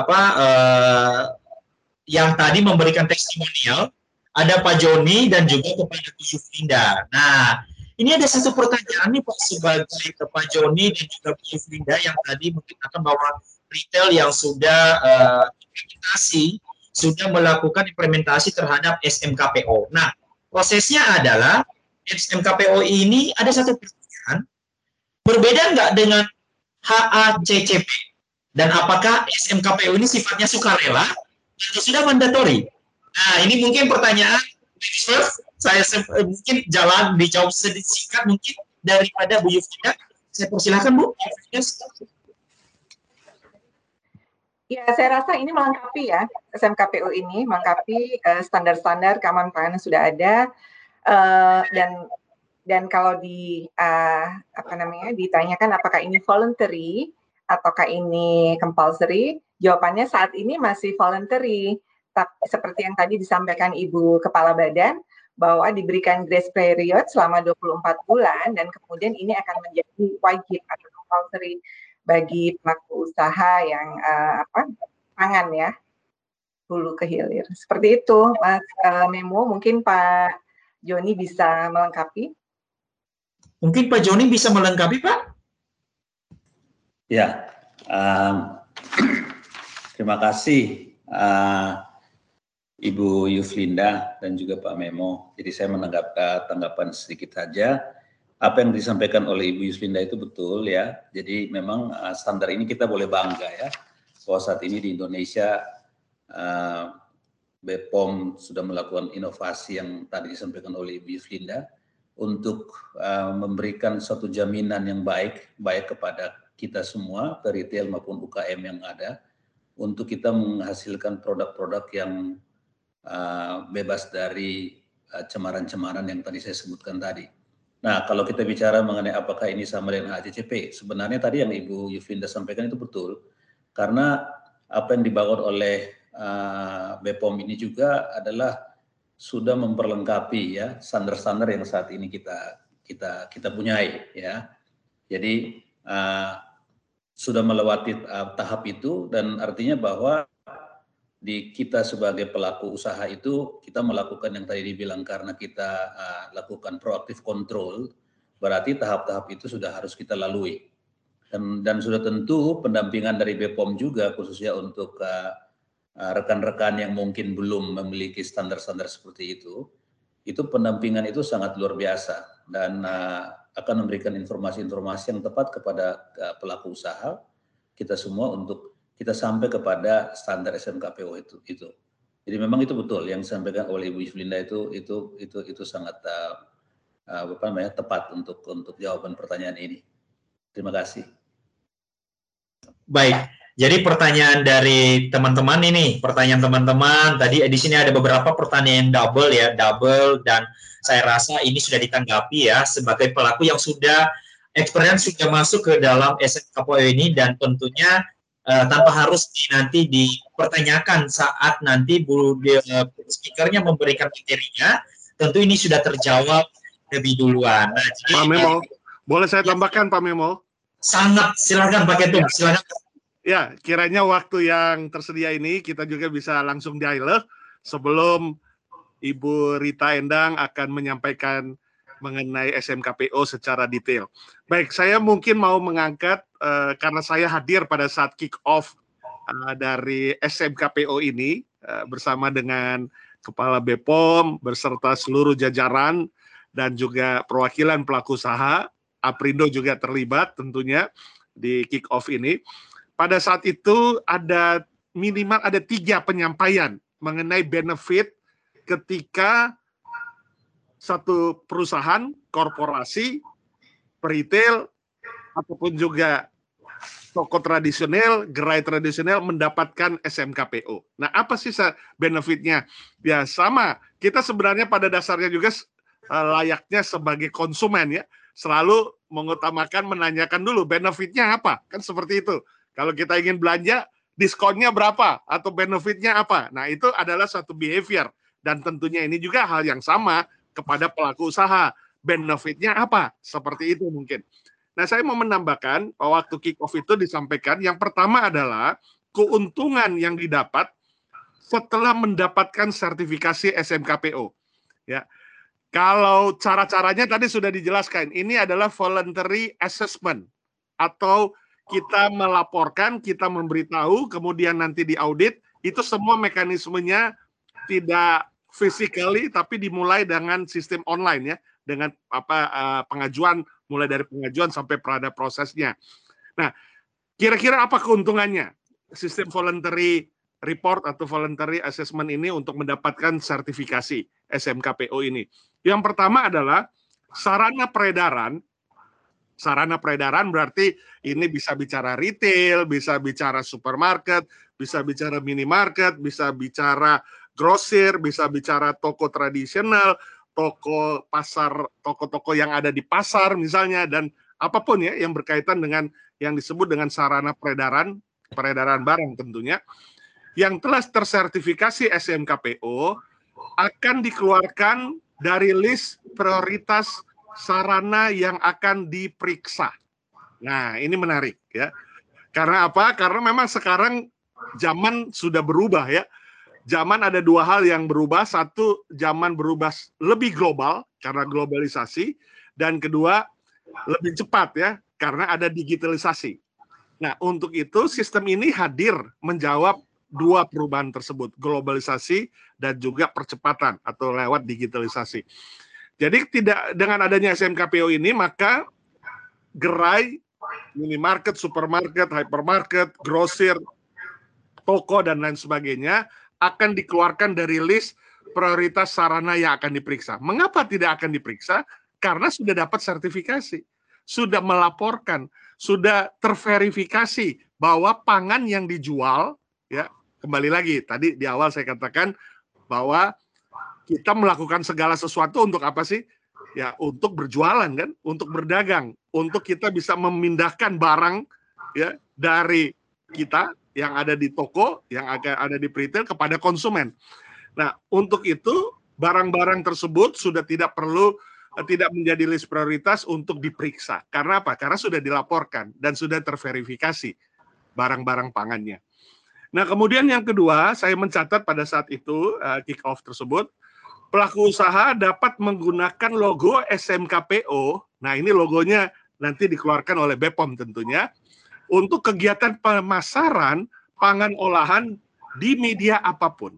yang tadi memberikan testimonial, ada Pak Joni dan juga kepada Bu Yuflinda. Nah, ini ada satu pertanyaan nih Pak sebagai ke Pak Joni dan juga Bu Yuflinda yang tadi mengatakan bahwa retail yang sudah sudah melakukan implementasi terhadap SMKPO. Nah, prosesnya adalah SMKPO ini ada satu pertanyaan, berbeda nggak dengan HACCP? Dan apakah SMKPO ini sifatnya sukarela atau sudah mandatori? Nah, ini mungkin pertanyaan first, saya mungkin dijawab sedikit singkat mungkin daripada Bu Yuflinda. Saya persilahkan Bu. Ya, saya rasa ini melengkapi ya, SMKPO ini melengkapi standar-standar keamanan pangan yang sudah ada, dan kalau ditanyakan apakah ini voluntary ataukah ini compulsory, jawabannya saat ini masih voluntary. Tapi seperti yang tadi disampaikan Ibu Kepala Badan, bahwa diberikan grace period selama 24 bulan dan kemudian ini akan menjadi wajib atau compulsory bagi pelaku usaha yang pangan ya, hulu ke hilir. Seperti itu, Mas Memo. Mungkin Pak Joni bisa melengkapi. Mungkin Pak Joni bisa melengkapi, Pak? Ya, terima kasih Ibu Yuflinda dan juga Pak Memo. Jadi saya tanggapan sedikit saja. Apa yang disampaikan oleh Ibu Yuflinda itu betul ya. Jadi memang standar ini kita boleh bangga ya. bahwa saat ini di Indonesia BPOM sudah melakukan inovasi yang tadi disampaikan oleh Ibu Yuslinda untuk memberikan suatu jaminan yang baik kepada kita semua, ke retail maupun UKM yang ada, untuk kita menghasilkan produk-produk yang bebas dari cemaran-cemaran yang tadi saya sebutkan tadi. Nah, kalau kita bicara mengenai apakah ini sama dengan HACCP, sebenarnya tadi yang Ibu Yuslinda sampaikan itu betul, karena apa yang dibangun oleh BPOM ini juga adalah sudah memperlengkapi ya standar-standar yang saat ini kita punyai ya. Jadi sudah melewati tahap itu, dan artinya bahwa di kita sebagai pelaku usaha itu kita melakukan yang tadi dibilang, karena kita lakukan proaktif control, berarti tahap-tahap itu sudah harus kita lalui, dan sudah tentu pendampingan dari BPOM juga khususnya untuk rekan-rekan yang mungkin belum memiliki standar-standar seperti itu pendampingan itu sangat luar biasa, dan akan memberikan informasi-informasi yang tepat kepada pelaku usaha kita semua untuk kita sampai kepada standar SMKPO itu. Jadi memang itu betul yang disampaikan oleh Ibu Yuslinda itu sangat tepat untuk jawaban pertanyaan ini. Terima kasih. Baik. Jadi pertanyaan dari teman-teman ini, pertanyaan teman-teman tadi di sini ada beberapa pertanyaan double, dan saya rasa ini sudah ditanggapi ya sebagai pelaku yang sudah experience, sudah masuk ke dalam SMKPO ini, dan tentunya tanpa harus nanti dipertanyakan saat nanti speakernya memberikan materinya, tentu ini sudah terjawab lebih duluan. Nah, jadi, Pak Memo, boleh saya tambahkan Pak Memo? Sangat, silakan Pak Ketum, silakan. Ya, kiranya waktu yang tersedia ini kita juga bisa langsung dialog sebelum Ibu Rita Endang akan menyampaikan mengenai SMKPO secara detail. Baik, saya mungkin mau mengangkat, karena saya hadir pada saat kick-off dari SMKPO ini, bersama dengan Kepala BPOM, beserta seluruh jajaran, dan juga perwakilan pelaku usaha, Aprindo juga terlibat tentunya di kick-off ini. Pada saat itu minimal ada 3 penyampaian mengenai benefit ketika satu perusahaan, korporasi, retail, ataupun juga toko tradisional, gerai tradisional mendapatkan SMKPO. Nah, apa sih benefitnya? Ya sama, kita sebenarnya pada dasarnya juga layaknya sebagai konsumen ya, selalu mengutamakan menanyakan dulu benefitnya apa, kan seperti itu. Kalau kita ingin belanja, diskonnya berapa atau benefitnya apa? Nah, itu adalah satu behavior, dan tentunya ini juga hal yang sama kepada pelaku usaha. Benefitnya apa? Seperti itu mungkin. Nah, saya mau menambahkan bahwa waktu kick-off itu disampaikan, yang pertama adalah keuntungan yang didapat setelah mendapatkan sertifikasi SMKPO. Ya, kalau cara-caranya tadi sudah dijelaskan, ini adalah voluntary assessment, atau kita melaporkan, kita memberitahu, kemudian nanti diaudit, itu semua mekanismenya tidak physically, tapi dimulai dengan sistem online ya, dengan pengajuan, mulai dari pengajuan sampai pada prosesnya. Nah, kira-kira apa keuntungannya sistem voluntary report atau voluntary assessment ini untuk mendapatkan sertifikasi SMKPO ini? Yang pertama adalah sarana peredaran. Sarana peredaran berarti ini bisa bicara retail, bisa bicara supermarket, bisa bicara minimarket, bisa bicara grosir, bisa bicara toko tradisional, toko pasar, toko-toko yang ada di pasar misalnya, dan apapun ya yang berkaitan dengan yang disebut dengan sarana peredaran barang tentunya, yang telah tersertifikasi SMKPO akan dikeluarkan dari list prioritas sarana yang akan diperiksa. Nah, ini menarik ya. Karena apa? Karena memang sekarang zaman sudah berubah ya. Zaman ada 2 hal yang berubah. Satu, zaman berubah lebih global karena globalisasi, dan kedua, lebih cepat ya karena ada digitalisasi. Nah, untuk itu sistem ini hadir menjawab 2 perubahan tersebut, globalisasi dan juga percepatan atau lewat digitalisasi. Jadi tidak, dengan adanya SMKPO ini, maka gerai, minimarket, supermarket, hypermarket, grosir, toko dan lain sebagainya akan dikeluarkan dari list prioritas sarana yang akan diperiksa. Mengapa tidak akan diperiksa? Karena sudah dapat sertifikasi, sudah melaporkan, sudah terverifikasi bahwa pangan yang dijual, ya kembali lagi tadi di awal saya katakan bahwa kita melakukan segala sesuatu untuk apa sih? Ya untuk berjualan kan, untuk berdagang, untuk kita bisa memindahkan barang ya dari kita yang ada di toko, yang ada di retail kepada konsumen. Nah, untuk itu barang-barang tersebut sudah tidak menjadi list prioritas untuk diperiksa. Karena apa? Karena sudah dilaporkan dan sudah terverifikasi barang-barang pangannya. Nah, kemudian yang kedua, saya mencatat pada saat itu kick off tersebut, pelaku usaha dapat menggunakan logo SMKPO. Nah, ini logonya nanti dikeluarkan oleh BPOM tentunya untuk kegiatan pemasaran pangan olahan di media apapun.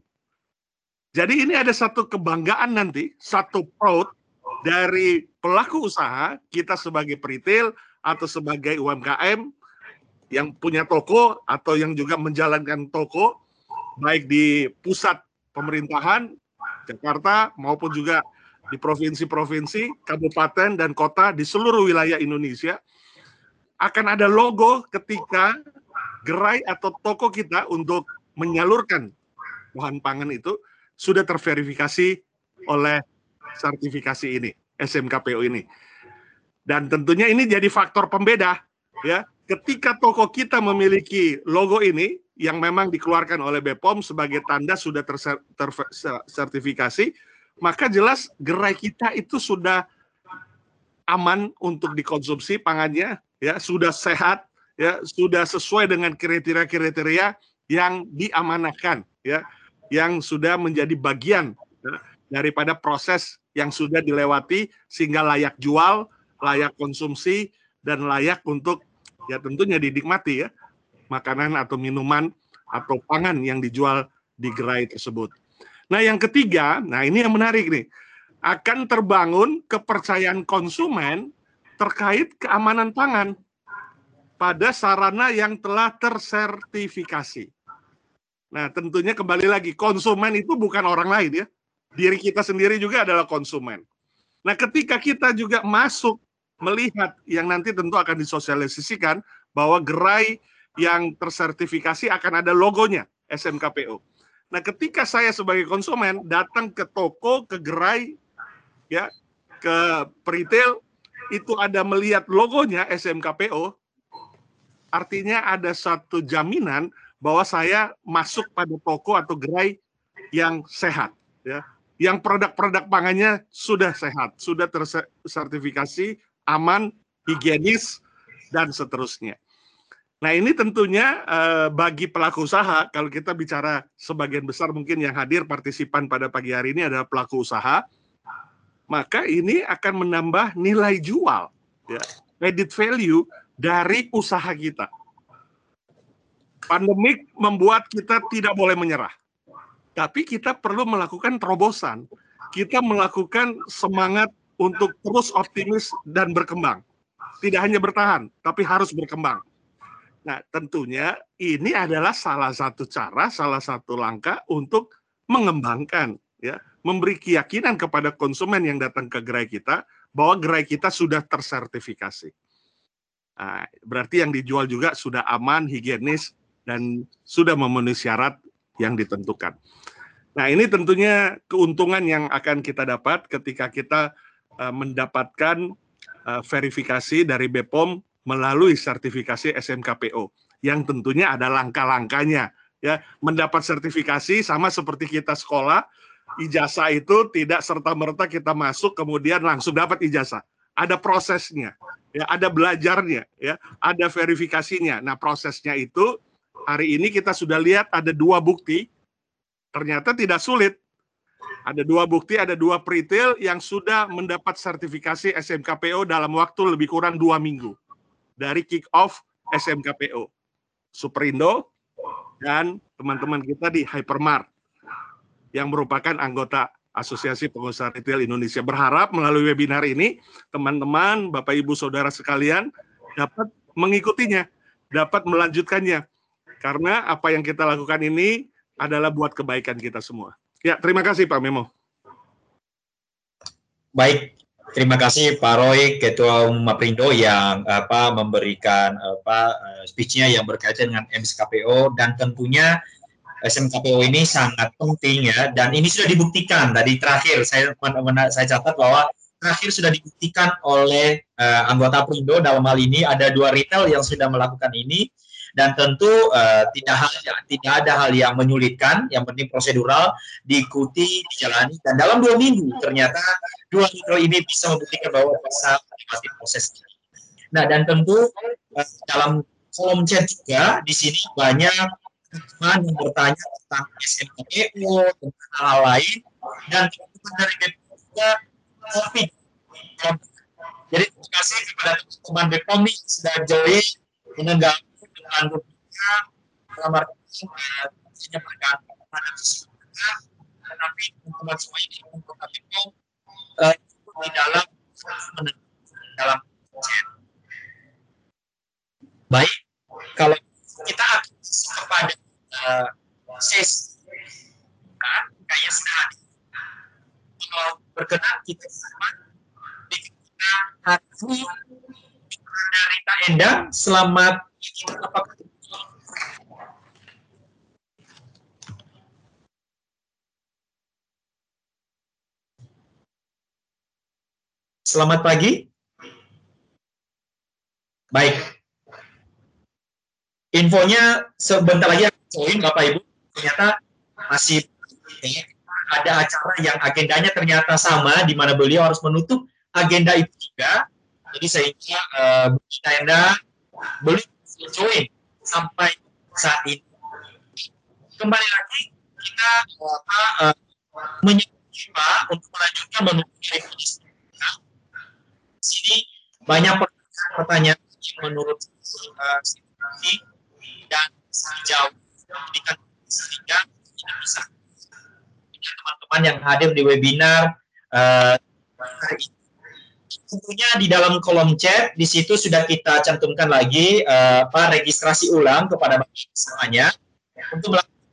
Jadi ini ada satu kebanggaan nanti, satu proud dari pelaku usaha, kita sebagai retail atau sebagai UMKM yang punya toko atau yang juga menjalankan toko, baik di pusat pemerintahan, Jakarta, maupun juga di provinsi-provinsi, kabupaten, dan kota di seluruh wilayah Indonesia, akan ada logo ketika gerai atau toko kita untuk menyalurkan bahan pangan itu sudah terverifikasi oleh sertifikasi ini, SMKPO ini. Dan tentunya ini jadi faktor pembeda, ya. Ketika toko kita memiliki logo ini yang memang dikeluarkan oleh BPOM sebagai tanda sudah tersertifikasi, maka jelas gerai kita itu sudah aman untuk dikonsumsi pangannya, ya, sudah sehat, ya, sudah sesuai dengan kriteria-kriteria yang diamanahkan, ya, yang sudah menjadi bagian ya, daripada proses yang sudah dilewati sehingga layak jual, layak konsumsi, dan layak untuk ya tentunya dinikmati ya makanan atau minuman atau pangan yang dijual di gerai tersebut. Nah, yang ketiga, nah ini yang menarik nih, akan terbangun kepercayaan konsumen terkait keamanan pangan pada sarana yang telah tersertifikasi. Nah, tentunya kembali lagi, konsumen itu bukan orang lain ya. Diri kita sendiri juga adalah konsumen. Nah, ketika kita juga masuk melihat yang nanti tentu akan disosialisasikan bahwa gerai yang tersertifikasi akan ada logonya SMKPO. Nah, ketika saya sebagai konsumen datang ke toko, ke gerai, ya, ke retail, itu ada melihat logonya SMKPO, artinya ada satu jaminan bahwa saya masuk pada toko atau gerai yang sehat, ya, yang produk-produk pangannya sudah sehat, sudah tersertifikasi, aman, higienis, dan seterusnya. Nah, ini tentunya bagi pelaku usaha, kalau kita bicara sebagian besar mungkin yang hadir partisipan pada pagi hari ini adalah pelaku usaha, maka ini akan menambah nilai jual, ya, added value dari usaha kita. Pandemik membuat kita tidak boleh menyerah, tapi kita perlu melakukan terobosan, kita melakukan semangat untuk terus optimis dan berkembang. Tidak hanya bertahan, tapi harus berkembang. Nah, tentunya ini adalah salah satu cara, salah satu langkah untuk mengembangkan, ya, memberi keyakinan kepada konsumen yang datang ke gerai kita bahwa gerai kita sudah tersertifikasi. Nah, berarti yang dijual juga sudah aman, higienis, dan sudah memenuhi syarat yang ditentukan. Nah, ini tentunya keuntungan yang akan kita dapat ketika kita mendapatkan verifikasi dari BPOM melalui sertifikasi SMKPO yang tentunya ada langkah-langkahnya, ya. Mendapat sertifikasi sama seperti kita sekolah, ijazah itu tidak serta-merta kita masuk kemudian langsung dapat ijazah. Ada prosesnya, ya, ada belajarnya, ya, ada verifikasinya. Nah, prosesnya itu hari ini kita sudah lihat ada 2 bukti, ternyata tidak sulit. Ada 2 bukti, ada 2 retail yang sudah mendapat sertifikasi SMKPO dalam waktu lebih kurang 2 minggu dari kick off SMKPO. Superindo dan teman-teman kita di Hypermart yang merupakan anggota Asosiasi Pengusaha Retail Indonesia. Berharap melalui webinar ini teman-teman, Bapak Ibu Saudara sekalian dapat mengikutinya, dapat melanjutkannya. Karena apa yang kita lakukan ini adalah buat kebaikan kita semua. Ya, terima kasih Pak Memo. Baik, terima kasih Pak Roy, Ketua Umum Aprindo yang memberikan speech-nya yang berkaitan dengan MSKPO, dan tentunya SMKPO ini sangat penting ya, dan ini sudah dibuktikan tadi terakhir saya catat bahwa terakhir sudah dibuktikan oleh anggota Aprindo. Dalam hal ini ada 2 retail yang sudah melakukan ini, dan tentu tidak ada hal yang menyulitkan, yang penting prosedural diikuti, dijalani, dan dalam 2 minggu ternyata 2 retail ini bisa membuktikan bahwa bisa menikmati prosesnya. Nah, dan tentu dalam kolom chat juga di sini banyak teman yang bertanya tentang SMKPO, tentang hal lain, dan teman dari BPOM juga topik. Jadi terima kasih kepada teman BPOM yang sudah join menanggapi dengan berbicara dalam artinya bergantung pada sesuatu, tetapi teman-teman semua ini untuk BPOM di dalam chat. Baik, kalau kita akan kepada proses kayak sekarang, kalau berkenan kita sama kita hari dari Rita Endang. Selamat apakah selamat pagi. Baik, infonya sebentar lagi join Bapak Ibu, ternyata masih ada acara yang agendanya ternyata sama, di mana beliau harus menutup agenda itu juga. Jadi sehingga Anda boleh join sampai saat ini. Kembali lagi kita mencoba untuk melanjutkan menuju definisi. Di sini banyak pertanyaan menurut situasi dan sejauh pendidikan sehingga tidak bisa. Teman-teman yang hadir di webinar hari ini, tentunya di dalam kolom chat di situ sudah kita cantumkan lagi registrasi ulang kepada semuanya untuk melakukan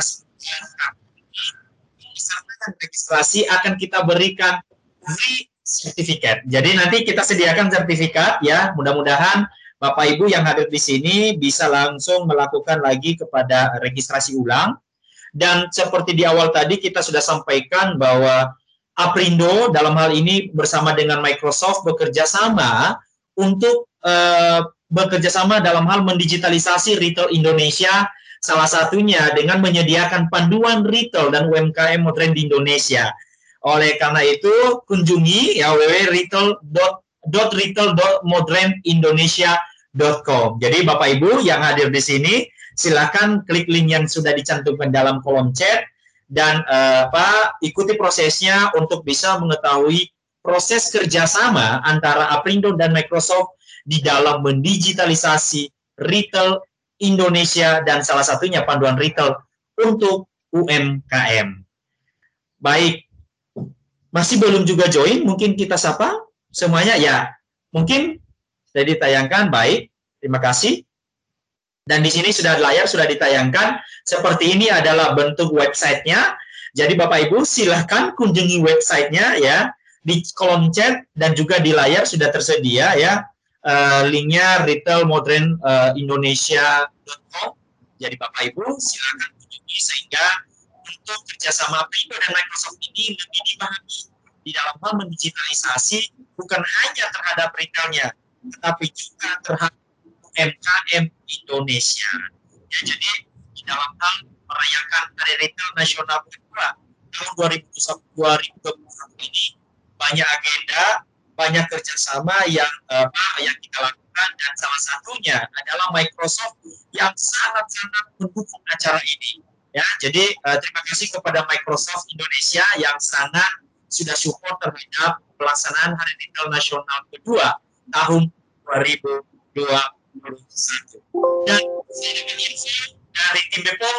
registrasi akan kita berikan free sertifikat. Jadi nanti kita sediakan sertifikat ya, mudah-mudahan Bapak Ibu yang hadir di sini bisa langsung melakukan lagi kepada registrasi ulang. Dan seperti di awal tadi kita sudah sampaikan bahwa Aprindo dalam hal ini bersama dengan Microsoft bekerja sama untuk bekerja sama dalam hal mendigitalisasi retail Indonesia, salah satunya dengan menyediakan panduan retail dan UMKM modern di Indonesia. Oleh karena itu, kunjungi ya www.retail.modernindonesia.com. Jadi Bapak Ibu yang hadir di sini, silakan klik link yang sudah dicantumkan dalam kolom chat dan ikuti prosesnya untuk bisa mengetahui proses kerjasama antara Aprindo dan Microsoft di dalam mendigitalisasi retail Indonesia dan salah satunya panduan retail untuk UMKM. Baik. Masih belum juga join, mungkin kita sapa semuanya ya. Mungkin sudah ditayangkan, baik. Terima kasih. Dan di sini sudah layar sudah ditayangkan. Seperti ini adalah bentuk websitenya. Jadi Bapak Ibu silahkan kunjungi websitenya ya. Di kolom chat dan juga di layar sudah tersedia ya. Linknya retailmodernindonesia.com. Jadi Bapak Ibu silahkan kunjungi sehingga untuk kerjasama Aprindo dan Microsoft ini lebih dipahami di dalam hal mendigitalisasi bukan hanya terhadap retailnya, tetapi juga terhadap UMKM Indonesia. Ya, jadi di dalam hal merayakan Hari Retail Nasional kedua tahun 2021 ini banyak agenda, banyak kerjasama yang kita lakukan dan salah satunya adalah Microsoft yang sangat-sangat mendukung acara ini. Ya, jadi terima kasih kepada Microsoft Indonesia yang sangat sudah support terhadap pelaksanaan Hari Retail Nasional kedua tahun 2021. Dan saya dengan info dari tim BPOM,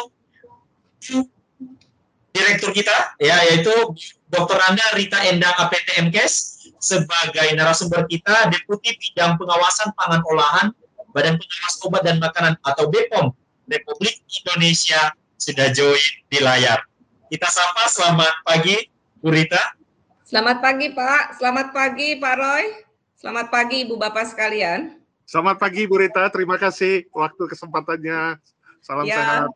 direktur kita, ya, yaitu Dr. Anda Rita Endang APT MKes sebagai narasumber kita, Deputi Bidang Pengawasan Pangan Olahan Badan Pengawas Obat dan Makanan atau BPOM Republik Indonesia sudah join di layar. Kita sapa, selamat pagi, Bu Rita. Selamat pagi, Pak. Selamat pagi, Pak Roy. Selamat pagi, Ibu Bapak sekalian. Selamat pagi Bu Rita, terima kasih waktu kesempatannya. Salam sehat.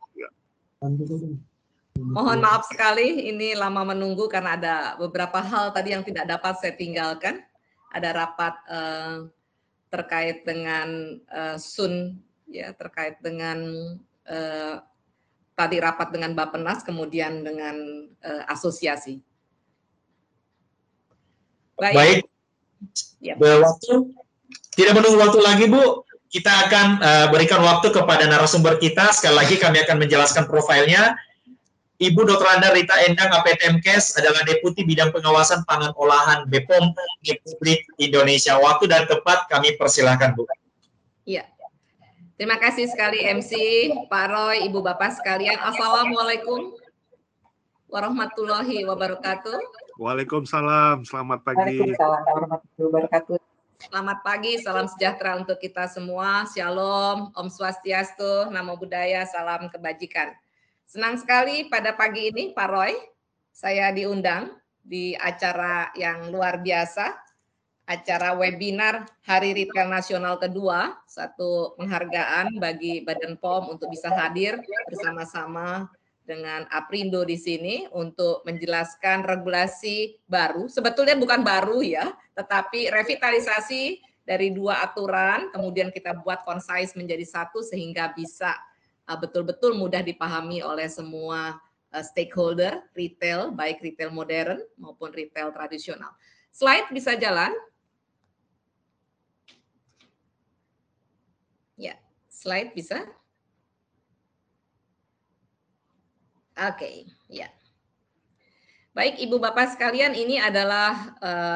Mohon maaf sekali, ini lama menunggu karena ada beberapa hal tadi yang tidak dapat saya tinggalkan. Ada rapat terkait dengan SUN, ya, terkait dengan tadi rapat dengan Bappenas, kemudian dengan asosiasi. Baik. Ya. Waktu tidak menunggu waktu lagi, Bu. Kita akan berikan waktu kepada narasumber kita. Sekali lagi kami akan menjelaskan profilnya. Ibu Dr. Anda Rita Endang, APTMKes, adalah Deputi Bidang Pengawasan Pangan Olahan BPOM Republik Indonesia. Waktu dan tempat kami persilahkan, Bu. Iya. Terima kasih sekali MC, Pak Roy, Ibu Bapak sekalian. Assalamualaikum warahmatullahi wabarakatuh. Waalaikumsalam, selamat pagi. Waalaikumsalam warahmatullahi wabarakatuh. Selamat pagi, salam sejahtera untuk kita semua. Shalom, Om Swastiastu, Namo Buddhaya, salam kebajikan. Senang sekali pada pagi ini, Pak Roy, saya diundang di acara yang luar biasa, acara webinar Hari Retail Nasional kedua, satu penghargaan bagi Badan POM untuk bisa hadir bersama-sama dengan Aprindo di sini untuk menjelaskan regulasi baru. Sebetulnya bukan baru ya, tetapi revitalisasi dari dua aturan, kemudian kita buat concise menjadi satu sehingga bisa betul-betul mudah dipahami oleh semua stakeholder retail, baik retail modern maupun retail tradisional. Slide bisa jalan? Ya, slide bisa? Oke, ya. Baik Ibu Bapak sekalian, ini adalah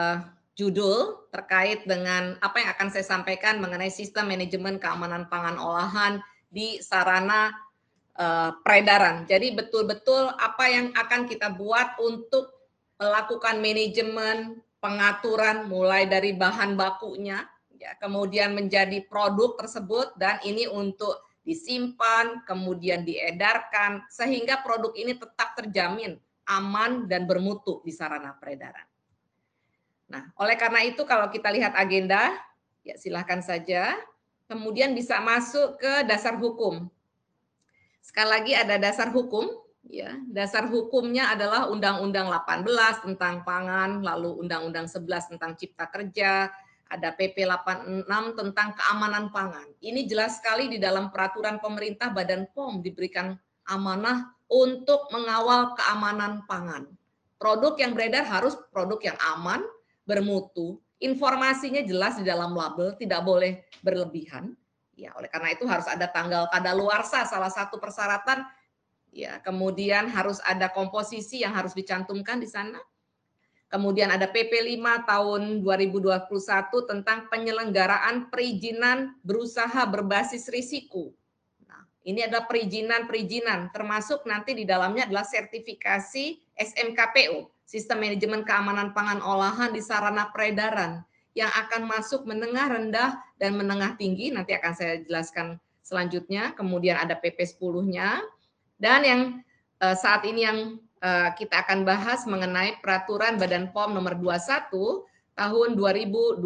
judul terkait dengan apa yang akan saya sampaikan mengenai sistem manajemen keamanan pangan olahan di sarana peredaran. Jadi betul-betul apa yang akan kita buat untuk melakukan manajemen, pengaturan mulai dari bahan bakunya, ya, kemudian menjadi produk tersebut, dan ini untuk disimpan, kemudian diedarkan, sehingga produk ini tetap terjamin aman dan bermutu di sarana peredaran. Nah, oleh karena itu kalau kita lihat agenda, ya silahkan saja, kemudian bisa masuk ke dasar hukum. Sekali lagi ada dasar hukum, ya. Dasar hukumnya adalah Undang-Undang 18 tentang pangan, lalu Undang-Undang 11 tentang Cipta Kerja, ada PP 86 tentang keamanan pangan. Ini jelas sekali di dalam peraturan pemerintah Badan POM diberikan amanah untuk mengawal keamanan pangan. Produk yang beredar harus produk yang aman, bermutu, informasinya jelas di dalam label, tidak boleh berlebihan. Ya, oleh karena itu harus ada tanggal kadaluarsa, salah satu persyaratan. Ya, kemudian harus ada komposisi yang harus dicantumkan di sana. Kemudian ada PP 5 tahun 2021 tentang penyelenggaraan perizinan berusaha berbasis risiko. Nah, ini adalah perizinan, termasuk nanti di dalamnya adalah sertifikasi SMKPO, Sistem Manajemen Keamanan Pangan Olahan di sarana peredaran, yang akan masuk menengah, rendah, dan menengah tinggi. Nanti akan saya jelaskan selanjutnya. Kemudian ada PP 10-nya. Dan yang saat ini yang kita akan bahas mengenai peraturan Badan POM nomor 21 tahun 2021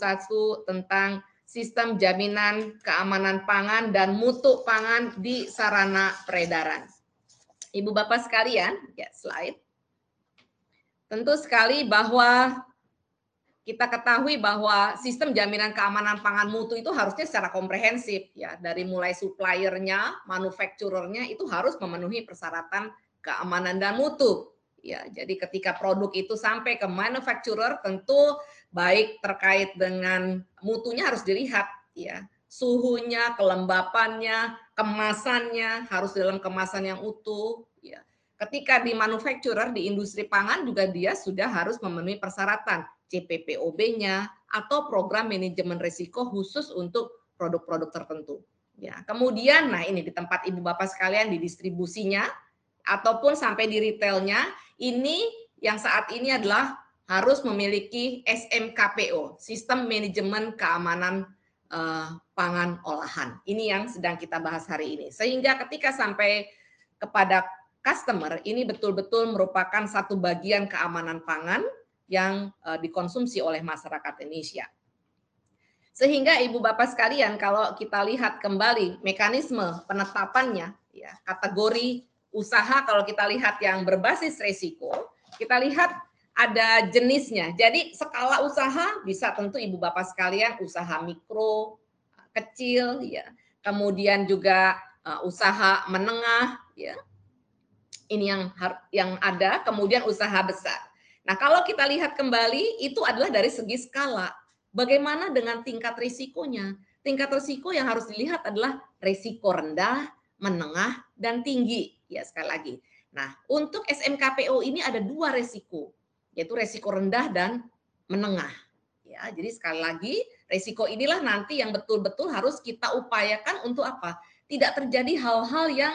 tentang sistem jaminan keamanan pangan dan mutu pangan di sarana peredaran. Ibu Bapak sekalian, ya slide. Tentu sekali bahwa kita ketahui bahwa sistem jaminan keamanan pangan mutu itu harusnya secara komprehensif, ya, dari mulai suppliernya, manufacturernya itu harus memenuhi persyaratan keamanan dan mutu. Ya, jadi ketika produk itu sampai ke manufacturer, tentu baik terkait dengan mutunya harus dilihat, ya, suhunya, kelembapannya, kemasannya harus dalam kemasan yang utuh. Ya. Ketika di manufacturer di industri pangan juga dia sudah harus memenuhi persyaratan CPPOB-nya atau program manajemen risiko khusus untuk produk-produk tertentu. Ya, kemudian, nah ini di tempat Ibu Bapak sekalian di distribusinya ataupun sampai di retailnya, ini yang saat ini adalah harus memiliki SMKPO, Sistem Manajemen Keamanan pangan olahan. Ini yang sedang kita bahas hari ini. Sehingga ketika sampai kepada customer, ini betul-betul merupakan satu bagian keamanan pangan yang dikonsumsi oleh masyarakat Indonesia. Sehingga Ibu Bapak sekalian, kalau kita lihat kembali mekanisme penetapannya, ya, kategori usaha kalau kita lihat yang berbasis resiko, kita lihat ada jenisnya. Jadi skala usaha bisa tentu Ibu Bapak sekalian usaha mikro, kecil, ya. Kemudian juga usaha menengah, ya. Ini yang ada, kemudian usaha besar. Nah, kalau kita lihat kembali itu adalah dari segi skala. Bagaimana dengan tingkat risikonya? Tingkat risiko yang harus dilihat adalah risiko rendah, menengah, dan tinggi. Ya, sekali lagi. Nah, untuk SMKPO ini ada 2 risiko, yaitu risiko rendah dan menengah. Ya, jadi sekali lagi, risiko inilah nanti yang betul-betul harus kita upayakan untuk apa? Tidak terjadi hal-hal yang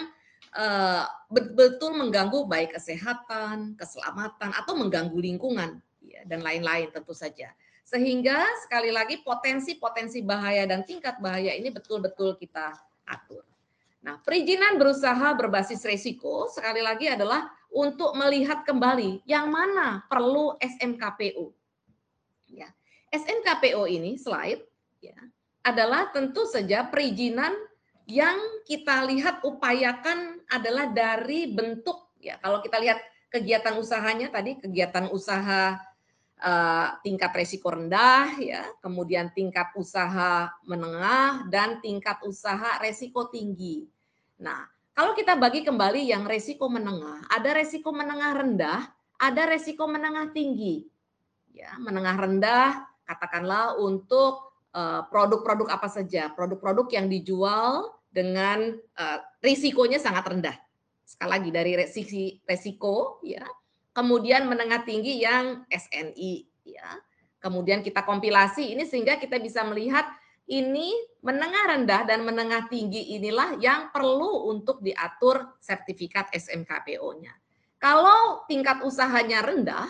betul-betul mengganggu baik kesehatan, keselamatan, atau mengganggu lingkungan, ya, dan lain-lain tentu saja. Sehingga sekali lagi potensi-potensi bahaya dan tingkat bahaya ini betul-betul kita atur. Nah, perizinan berusaha berbasis risiko sekali lagi adalah untuk melihat kembali yang mana perlu SMKPO. Ya, SMKPO ini slide ya adalah tentu saja perizinan yang kita lihat upayakan adalah dari bentuk ya. Kalau kita lihat kegiatan usahanya tadi, kegiatan usaha tingkat risiko rendah ya, kemudian tingkat usaha menengah dan tingkat usaha risiko tinggi. Nah, kalau kita bagi kembali yang risiko menengah, ada risiko menengah rendah, ada risiko menengah tinggi. Ya, menengah rendah katakanlah untuk produk-produk apa saja, produk-produk yang dijual dengan risikonya sangat rendah. Sekali lagi dari sisi risiko ya. Kemudian menengah tinggi yang SNI ya. Kemudian kita kompilasi ini sehingga kita bisa melihat ini menengah rendah dan menengah tinggi inilah yang perlu untuk diatur sertifikat SMKPO-nya. Kalau tingkat usahanya rendah,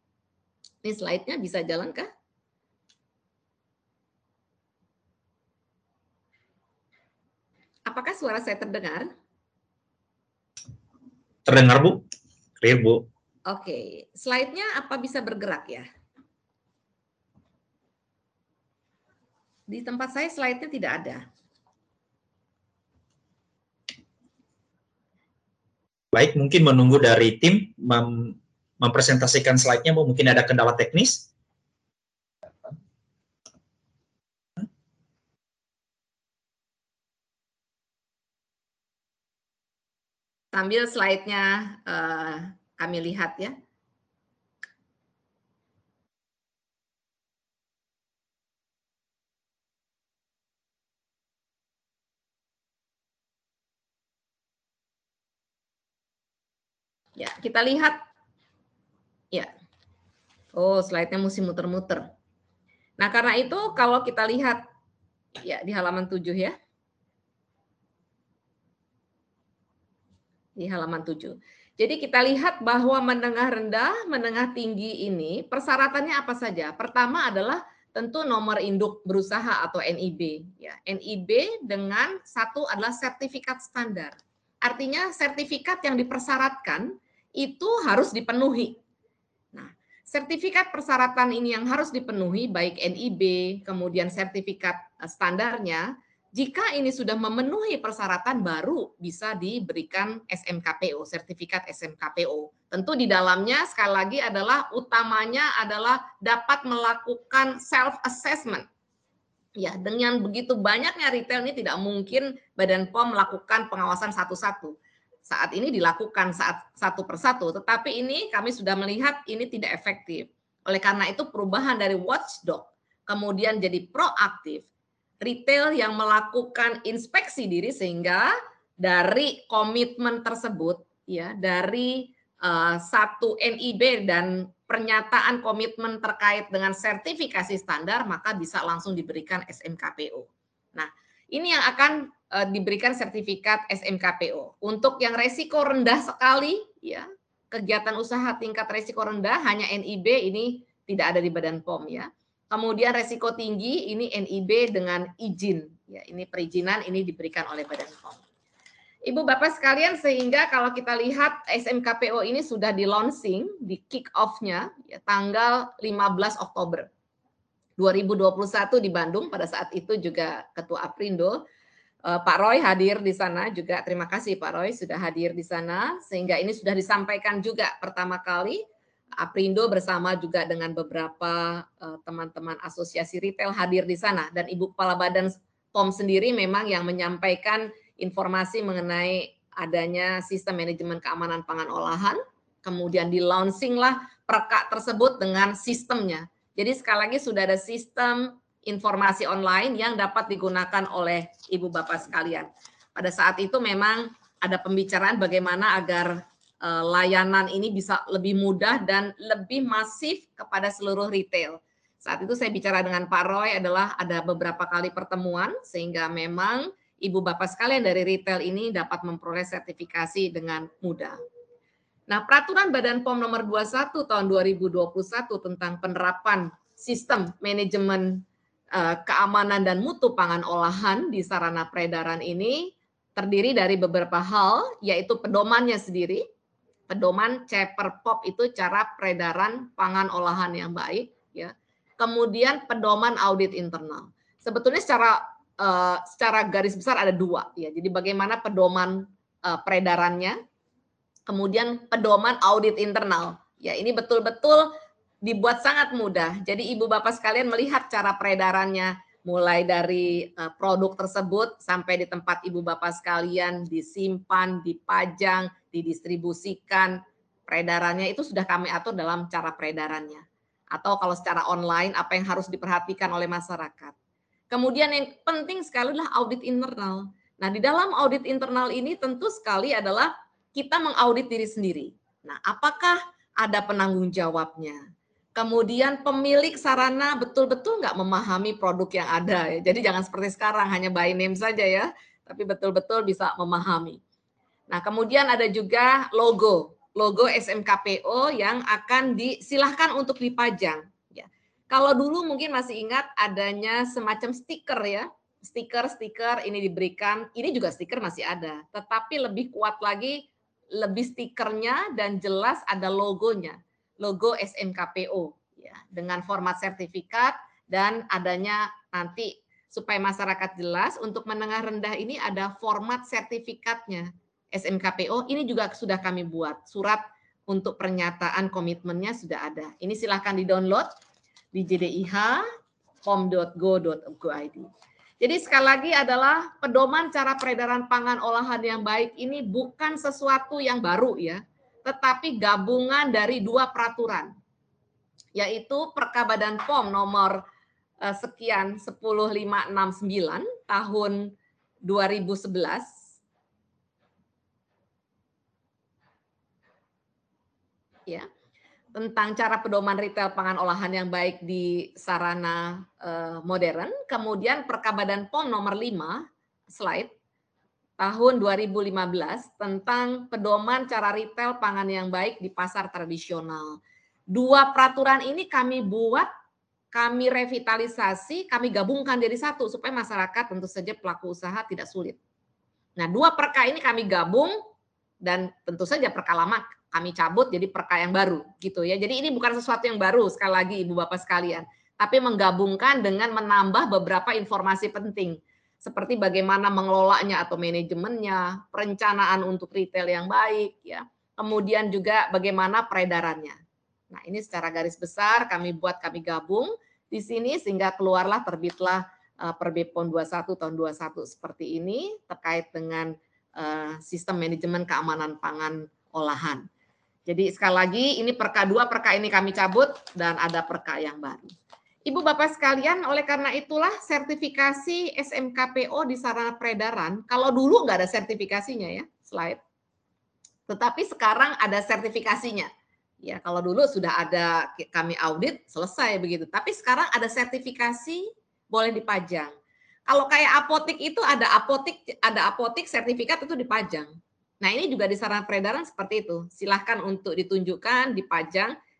ini slide-nya bisa jalan kah? Apakah suara saya terdengar? Terdengar, Bu? Clear, Bu. Oke, slide-nya apa bisa bergerak ya? Di tempat saya slide-nya tidak ada. Baik, mungkin menunggu dari tim mempresentasikan slide-nya, Bu. Mungkin ada kendala teknis. Sambil slide-nya kami lihat ya. Ya, kita lihat. Ya. Oh, slide-nya mesti muter-muter. Nah, karena itu kalau kita lihat ya di halaman 7 ya. Di halaman 7. Jadi kita lihat bahwa menengah rendah, menengah tinggi ini persyaratannya apa saja? Pertama adalah tentu nomor induk berusaha atau NIB. Ya, NIB dengan satu adalah sertifikat standar. Artinya sertifikat yang dipersyaratkan itu harus dipenuhi. Nah, sertifikat persyaratan ini yang harus dipenuhi baik NIB, kemudian sertifikat standarnya. Jika ini sudah memenuhi persyaratan baru bisa diberikan SMKPO, sertifikat SMKPO. Tentu di dalamnya sekali lagi adalah utamanya adalah dapat melakukan self assessment. Ya, dengan begitu banyaknya retail ini tidak mungkin Badan POM melakukan pengawasan satu-satu. Saat ini dilakukan satu persatu, tetapi ini kami sudah melihat ini tidak efektif. Oleh karena itu perubahan dari watchdog kemudian jadi proaktif. Retail yang melakukan inspeksi diri sehingga dari komitmen tersebut ya dari satu NIB dan pernyataan komitmen terkait dengan sertifikasi standar maka bisa langsung diberikan SMKPO. Nah, ini yang akan diberikan sertifikat SMKPO. Untuk yang resiko rendah sekali ya, kegiatan usaha tingkat resiko rendah hanya NIB ini tidak ada di Badan POM ya. Kemudian resiko tinggi ini NIB dengan izin. Ya, ini perizinan ini diberikan oleh Badan POM. Ibu Bapak sekalian, sehingga kalau kita lihat SMKPO ini sudah di launching, di kick off-nya ya, tanggal 15 Oktober 2021 di Bandung. Pada saat itu juga Ketua Aprindo Pak Roy hadir di sana juga. Terima kasih Pak Roy sudah hadir di sana, sehingga ini sudah disampaikan juga pertama kali Aprindo bersama juga dengan beberapa teman-teman asosiasi retail hadir di sana, dan Ibu Kepala Badan POM sendiri memang yang menyampaikan informasi mengenai adanya sistem manajemen keamanan pangan olahan, kemudian di launching lah perka tersebut dengan sistemnya. Jadi sekali lagi sudah ada sistem informasi online yang dapat digunakan oleh Ibu Bapak sekalian. Pada saat itu memang ada pembicaraan bagaimana agar layanan ini bisa lebih mudah dan lebih masif kepada seluruh retail. Saat itu saya bicara dengan Pak Roy adalah ada beberapa kali pertemuan sehingga memang Ibu Bapak sekalian dari retail ini dapat memperoleh sertifikasi dengan mudah. Nah, peraturan Badan POM nomor 21 tahun 2021 tentang penerapan sistem manajemen keamanan dan mutu pangan olahan di sarana peredaran ini terdiri dari beberapa hal, yaitu pedomannya sendiri. Pedoman CPERPOP itu cara peredaran pangan olahan yang baik, ya. Kemudian pedoman audit internal. Sebetulnya secara garis besar ada dua, ya. Jadi bagaimana pedoman peredarannya, kemudian pedoman audit internal. Ya, ini betul-betul dibuat sangat mudah. Jadi Ibu Bapak sekalian melihat cara peredarannya, mulai dari produk tersebut sampai di tempat Ibu Bapak sekalian disimpan, dipajang, didistribusikan, peredarannya itu sudah kami atur dalam cara peredarannya. Atau kalau secara online, apa yang harus diperhatikan oleh masyarakat. Kemudian yang penting sekali adalah audit internal. Nah, di dalam audit internal ini tentu sekali adalah kita mengaudit diri sendiri. Nah, apakah ada penanggung jawabnya? Kemudian pemilik sarana betul-betul nggak memahami produk yang ada. Ya. Jadi jangan seperti sekarang, hanya by name saja ya, tapi betul-betul bisa memahami. Nah, kemudian ada juga logo SMKPO yang akan disilahkan untuk dipajang. Ya. Kalau dulu mungkin masih ingat adanya semacam stiker ya, stiker ini diberikan, ini juga stiker masih ada, tetapi lebih kuat lagi, lebih stikernya dan jelas ada logonya, logo SMKPO ya, dengan format sertifikat dan adanya nanti supaya masyarakat jelas untuk menengah rendah ini ada format sertifikatnya SMKPO, ini juga sudah kami buat, surat untuk pernyataan komitmennya sudah ada. Ini silahkan di-download di JDIH pom.go.id. Jadi sekali lagi adalah pedoman cara peredaran pangan olahan yang baik ini bukan sesuatu yang baru ya, tetapi gabungan dari dua peraturan, yaitu Perka Badan POM nomor sekian 10569 tahun 2011 ya, tentang cara pedoman retail pangan olahan yang baik di sarana modern. Kemudian Perka Badan POM nomor 5 slide tahun 2015 tentang pedoman cara retail pangan yang baik di pasar tradisional. Dua peraturan ini kami buat, kami revitalisasi, kami gabungkan jadi satu supaya masyarakat tentu saja pelaku usaha tidak sulit. Nah, dua perka ini kami gabung dan tentu saja perka lama kami cabut jadi perka yang baru gitu ya. Jadi ini bukan sesuatu yang baru sekali lagi Ibu Bapak sekalian, tapi menggabungkan dengan menambah beberapa informasi penting seperti bagaimana mengelolanya atau manajemennya, perencanaan untuk retail yang baik ya. Kemudian juga bagaimana peredarannya. Nah, ini secara garis besar kami gabung di sini sehingga keluarlah terbitlah Perbe POM 21 tahun 21 seperti ini terkait dengan sistem manajemen keamanan pangan olahan. Jadi sekali lagi ini perka ini kami cabut dan ada perka yang baru. Ibu Bapak sekalian, oleh karena itulah sertifikasi SMKPO di sarana peredaran, kalau dulu nggak ada sertifikasinya ya, slide. Tetapi sekarang ada sertifikasinya. Ya, kalau dulu sudah ada kami audit, selesai begitu. Tapi sekarang ada sertifikasi boleh dipajang. Kalau kayak apotik itu ada apotik sertifikat itu dipajang. Nah, ini juga di sarana peredaran seperti itu. Silahkan untuk ditunjukkan, dipajang,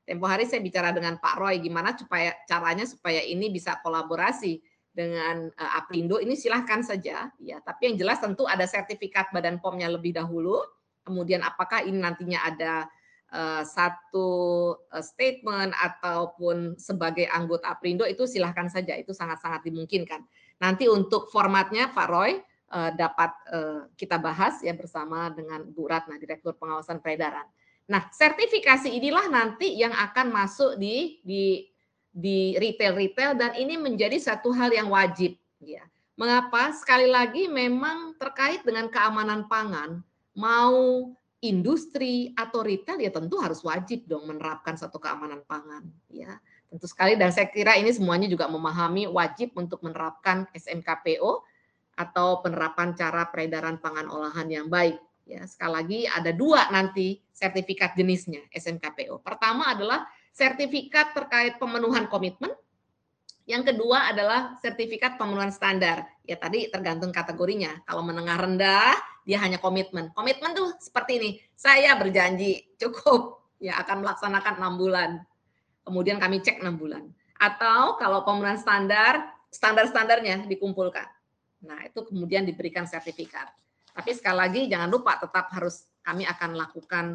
Tempo hari saya bicara dengan Pak Roy gimana caranya supaya ini bisa kolaborasi dengan Aprindo. Ini silahkan saja ya, tapi yang jelas tentu ada sertifikat Badan POM-nya lebih dahulu. Kemudian apakah ini nantinya ada satu statement ataupun sebagai anggota Aprindo, itu silahkan saja, itu sangat-sangat dimungkinkan. Nanti untuk formatnya Pak Roy dapat kita bahas ya bersama dengan Bu Ratna, Direktur Pengawasan Peredaran. Nah, sertifikasi inilah nanti yang akan masuk di retail-retail, dan ini menjadi satu hal yang wajib ya. Mengapa? Sekali lagi memang terkait dengan keamanan pangan, mau industri atau retail ya tentu harus wajib dong menerapkan satu keamanan pangan ya. Tentu sekali, dan saya kira ini semuanya juga memahami wajib untuk menerapkan SMKPO atau penerapan cara peredaran pangan olahan yang baik. Ya, sekali lagi ada 2 nanti sertifikat jenisnya SMKPO. Pertama adalah sertifikat terkait pemenuhan komitmen. Yang kedua adalah sertifikat pemenuhan standar. Ya tadi tergantung kategorinya. Kalau menengah rendah dia hanya komitmen. Komitmen tuh seperti ini. Saya berjanji cukup ya akan melaksanakan 6 bulan. Kemudian kami cek 6 bulan. Atau kalau pemenuhan standar, standar-standarnya dikumpulkan. Nah, itu kemudian diberikan sertifikat. Tapi sekali lagi jangan lupa tetap harus kami akan lakukan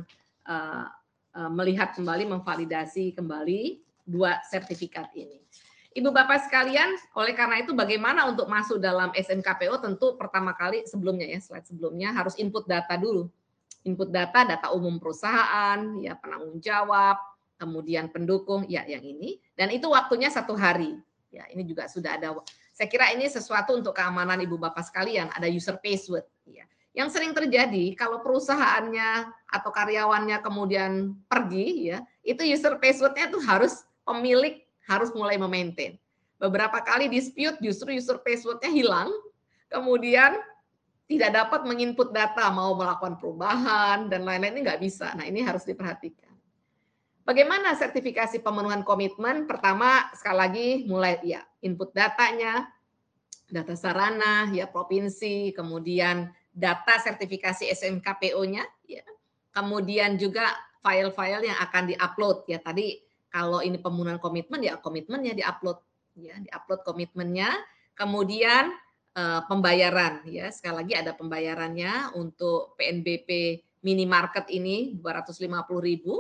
melihat kembali, memvalidasi kembali 2 sertifikat ini. Ibu Bapak sekalian, oleh karena itu bagaimana untuk masuk dalam SMKPO, tentu pertama kali sebelumnya ya, slide sebelumnya harus input data dulu. Input data umum perusahaan, ya penanggung jawab, kemudian pendukung, ya yang ini, dan itu waktunya 1 hari. Ya, ini juga sudah ada. Saya kira ini sesuatu untuk keamanan Ibu Bapak sekalian, ada user password. Ya. Yang sering terjadi kalau perusahaannya atau karyawannya kemudian pergi, ya itu user password-nya itu harus pemilik harus mulai memaintain. Beberapa kali dispute justru user password-nya hilang, kemudian tidak dapat menginput data, mau melakukan perubahan dan lain-lain ini nggak bisa. Nah ini harus diperhatikan. Bagaimana sertifikasi pemenuhan komitmen? Pertama, sekali lagi mulai ya input datanya, data sarana, ya provinsi, kemudian data sertifikasi SMKPO-nya, ya. Kemudian juga file-file yang akan diupload ya tadi. Kalau ini pemenuhan komitmen ya komitmennya diupload, ya diupload komitmennya. Kemudian pembayaran, ya sekali lagi ada pembayarannya untuk PNBP minimarket ini 250.000.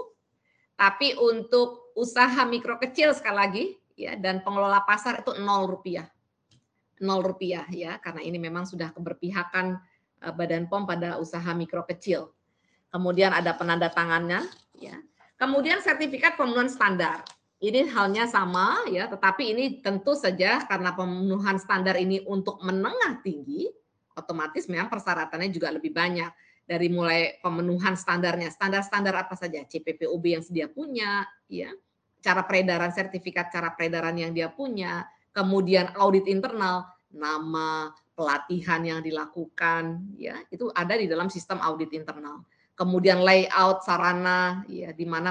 Tapi untuk usaha mikro kecil sekali lagi ya dan pengelola pasar itu 0 rupiah. 0 rupiah ya karena ini memang sudah keberpihakan Badan POM pada usaha mikro kecil. Kemudian ada penanda tangannya ya. Kemudian sertifikat pemenuhan standar. Ini halnya sama ya, tetapi ini tentu saja karena pemenuhan standar ini untuk menengah tinggi, otomatis memang persyaratannya juga lebih banyak. Dari mulai pemenuhan standarnya, standar-standar apa saja, CPPOB yang sedia punya, ya, cara peredaran sertifikat, cara peredaran yang dia punya, kemudian audit internal, nama, pelatihan yang dilakukan, ya, itu ada di dalam sistem audit internal. Kemudian layout sarana, ya, di mana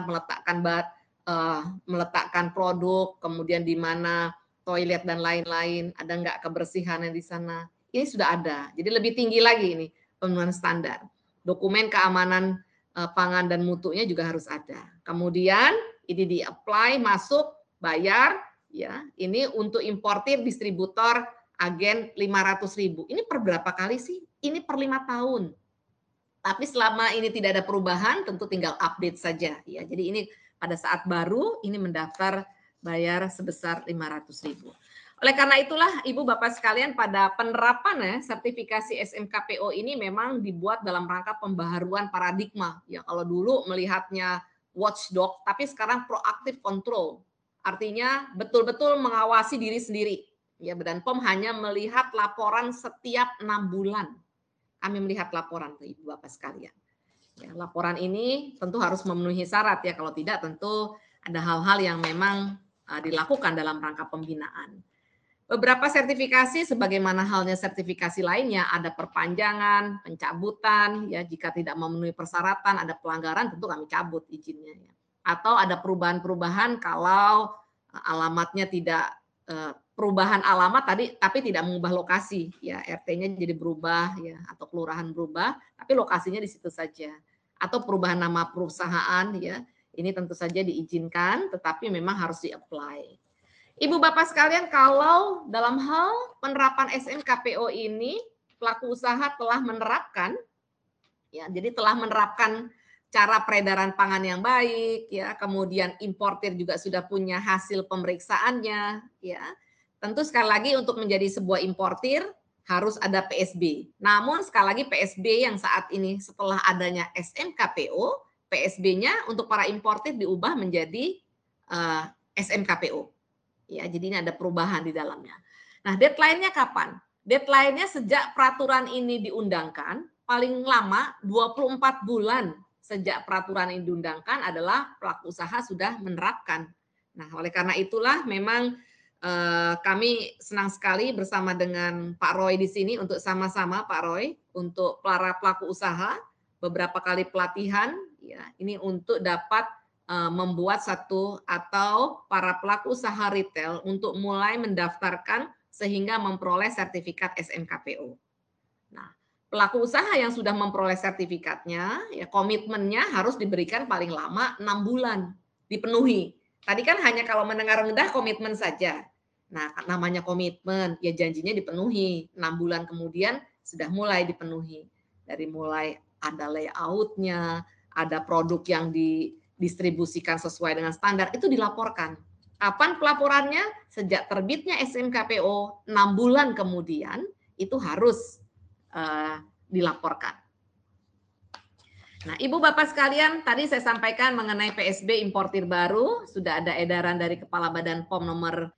meletakkan produk, kemudian di mana toilet dan lain-lain, ada nggak kebersihannya di sana. Ini sudah ada. Jadi lebih tinggi lagi ini pemenuhan standar. Dokumen keamanan pangan dan mutunya juga harus ada. Kemudian ini di-apply, masuk, bayar, ya. Ini untuk importir, distributor, agen 500.000. Ini per berapa kali sih? Ini per 5 tahun. Tapi selama ini tidak ada perubahan, tentu tinggal update saja. Ya, jadi ini pada saat baru ini mendaftar bayar sebesar 500.000. Oleh karena itulah Ibu Bapak sekalian pada penerapan sertifikasi SMKPO ini memang dibuat dalam rangka pembaharuan paradigma. Ya kalau dulu melihatnya watchdog, tapi sekarang proaktif control. Artinya betul-betul mengawasi diri sendiri. Ya Badan POM hanya melihat laporan setiap 6 bulan. Kami melihat laporan Ibu Bapak sekalian. Ya, laporan ini tentu harus memenuhi syarat ya, kalau tidak tentu ada hal-hal yang memang dilakukan dalam rangka pembinaan. Beberapa sertifikasi sebagaimana halnya sertifikasi lainnya ada perpanjangan, pencabutan ya jika tidak memenuhi persyaratan, ada pelanggaran tentu kami cabut izinnya ya. Atau ada perubahan-perubahan kalau alamatnya tidak perubahan alamat tadi tapi tidak mengubah lokasi ya RT-nya jadi berubah ya atau kelurahan berubah tapi lokasinya di situ saja atau perubahan nama perusahaan ya Ini tentu saja diizinkan, tetapi memang harus di-apply. Ibu Bapak sekalian, kalau dalam hal penerapan SMKPO ini, pelaku usaha telah menerapkan, ya, jadi telah menerapkan cara peredaran pangan yang baik, ya, kemudian importir juga sudah punya hasil pemeriksaannya, ya. Tentu sekali lagi untuk menjadi sebuah importir harus ada PSB. Namun sekali lagi PSB yang saat ini setelah adanya SMKPO, PSB-nya untuk para importir diubah menjadi SMKPO. Ya, jadi ini ada perubahan di dalamnya. Nah, deadline-nya kapan? Deadline-nya sejak peraturan ini diundangkan, paling lama 24 bulan sejak peraturan ini diundangkan adalah pelaku usaha sudah menerapkan. Nah, oleh karena itulah memang kami senang sekali bersama dengan Pak Roy di sini untuk sama-sama Pak Roy untuk para pelaku usaha beberapa kali pelatihan ya ini untuk dapat membuat satu atau para pelaku usaha retail untuk mulai mendaftarkan sehingga memperoleh sertifikat SMKPO. Nah, pelaku usaha yang sudah memperoleh sertifikatnya ya komitmennya harus diberikan paling lama 6 bulan dipenuhi. Tadi kan hanya kalau mendengar rendah komitmen saja. Nah, namanya komitmen, ya janjinya dipenuhi. 6 bulan kemudian sudah mulai dipenuhi. Dari mulai ada layout-nya, ada produk yang didistribusikan sesuai dengan standar, itu dilaporkan. Kapan pelaporannya? Sejak terbitnya SMKPO, 6 bulan kemudian, itu harus dilaporkan. Nah, Ibu Bapak sekalian, tadi saya sampaikan mengenai PSB importir baru, sudah ada edaran dari Kepala Badan POM nomor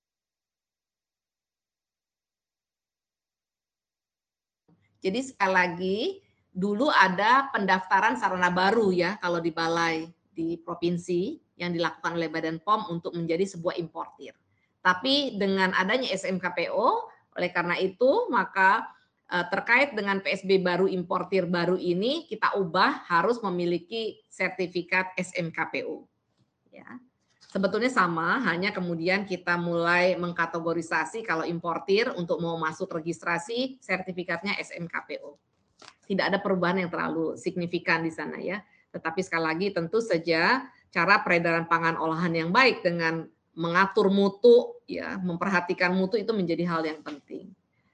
Jadi sekali lagi, dulu ada pendaftaran sarana baru ya kalau di balai di provinsi yang dilakukan oleh Badan POM untuk menjadi sebuah importir. Tapi dengan adanya SMKPO, oleh karena itu maka terkait dengan PSB baru importir baru ini kita ubah harus memiliki sertifikat SMKPO. Ya. Sebetulnya sama, hanya kemudian kita mulai mengkategorisasi kalau importir untuk mau masuk registrasi sertifikatnya SMKPO. Tidak ada perubahan yang terlalu signifikan di sana ya. Tetapi sekali lagi tentu saja cara peredaran pangan olahan yang baik dengan mengatur mutu ya, memperhatikan mutu itu menjadi hal yang penting.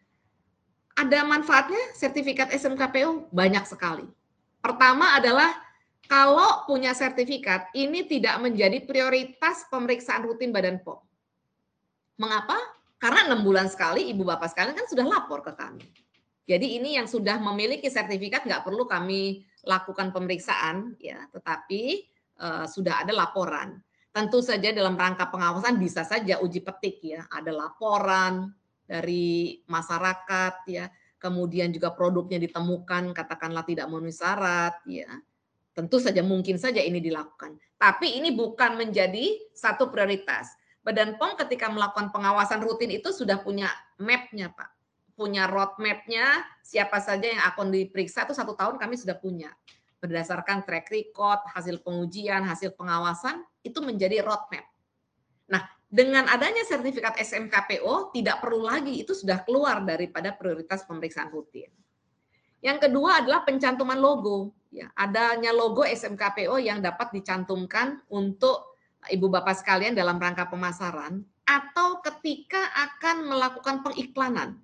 Ada manfaatnya sertifikat SMKPO banyak sekali. Pertama adalah kalau punya sertifikat, ini tidak menjadi prioritas pemeriksaan rutin Badan POM. Mengapa? Karena 6 bulan sekali Ibu Bapak sekalian kan sudah lapor ke kami. Jadi ini yang sudah memiliki sertifikat nggak perlu kami lakukan pemeriksaan, ya, tetapi sudah ada laporan. Tentu saja dalam rangka pengawasan bisa saja uji petik ya, ada laporan dari masyarakat ya, kemudian juga produknya ditemukan katakanlah tidak memenuhi syarat ya. Tentu saja mungkin saja ini dilakukan. Tapi ini bukan menjadi satu prioritas. Badan POM ketika melakukan pengawasan rutin itu sudah punya map-nya, Pak. Punya roadmap-nya, siapa saja yang akan diperiksa itu 1 tahun kami sudah punya. Berdasarkan track record, hasil pengujian, hasil pengawasan, itu menjadi roadmap. Nah, dengan adanya sertifikat SMKPO, tidak perlu lagi, itu sudah keluar daripada prioritas pemeriksaan rutin. Yang kedua adalah pencantuman logo. Ya, adanya logo SMKPO yang dapat dicantumkan untuk Ibu Bapak sekalian dalam rangka pemasaran atau ketika akan melakukan pengiklanan.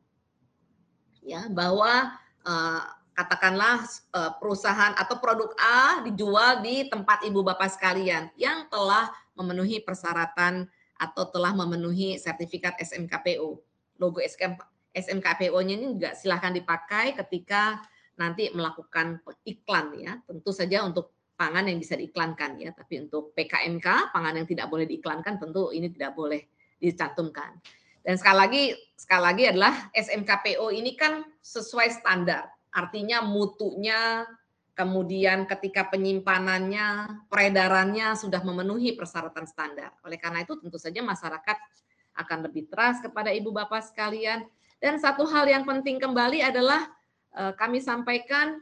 Ya, bahwa katakanlah perusahaan atau produk A dijual di tempat Ibu Bapak sekalian yang telah memenuhi persyaratan atau telah memenuhi sertifikat SMKPO. Logo SMKPO-nya ini juga silahkan dipakai ketika nanti melakukan iklan ya, tentu saja untuk pangan yang bisa diiklankan ya, tapi untuk PKMK pangan yang tidak boleh diiklankan tentu ini tidak boleh dicantumkan. Dan sekali lagi adalah SMKPO ini kan sesuai standar, artinya mutunya, kemudian ketika penyimpanannya, peredarannya sudah memenuhi persyaratan standar. Oleh karena itu tentu saja masyarakat akan lebih trust kepada Ibu Bapak sekalian. Dan satu hal yang penting kembali adalah kami sampaikan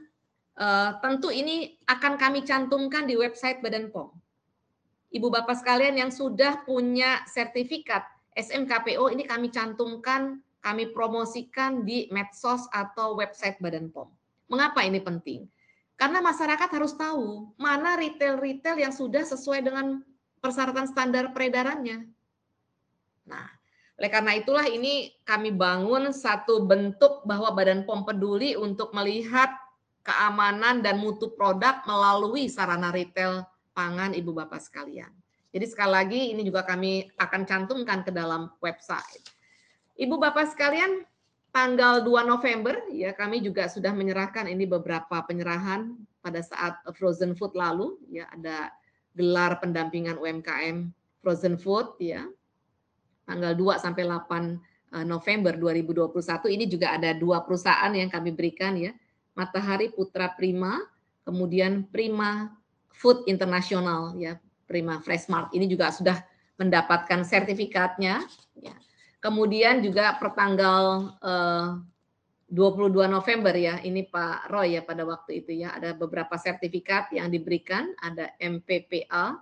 tentu ini akan kami cantumkan di website Badan POM. Ibu Bapak sekalian yang sudah punya sertifikat SMKPO ini kami cantumkan, kami promosikan di medsos atau website Badan POM. Mengapa ini penting? Karena masyarakat harus tahu mana retail-retail yang sudah sesuai dengan persyaratan standar peredarannya. Nah, oleh karena itulah ini kami bangun satu bentuk bahwa Badan POM peduli untuk melihat keamanan dan mutu produk melalui sarana retail pangan Ibu Bapak sekalian. Jadi sekali lagi ini juga kami akan cantumkan ke dalam website. Ibu Bapak sekalian, tanggal 2 November ya kami juga sudah menyerahkan ini beberapa penyerahan pada saat frozen food lalu ya, ada gelar pendampingan UMKM frozen food ya. Tanggal 2 sampai 8 November 2021 ini juga ada 2 perusahaan yang kami berikan ya. Matahari Putra Prima, kemudian Prima Food International ya, Prima Freshmart. Ini juga sudah mendapatkan sertifikatnya ya. Kemudian juga pertanggal 22 November ya, ini Pak Roy ya pada waktu itu ya, ada beberapa sertifikat yang diberikan, ada MPPA,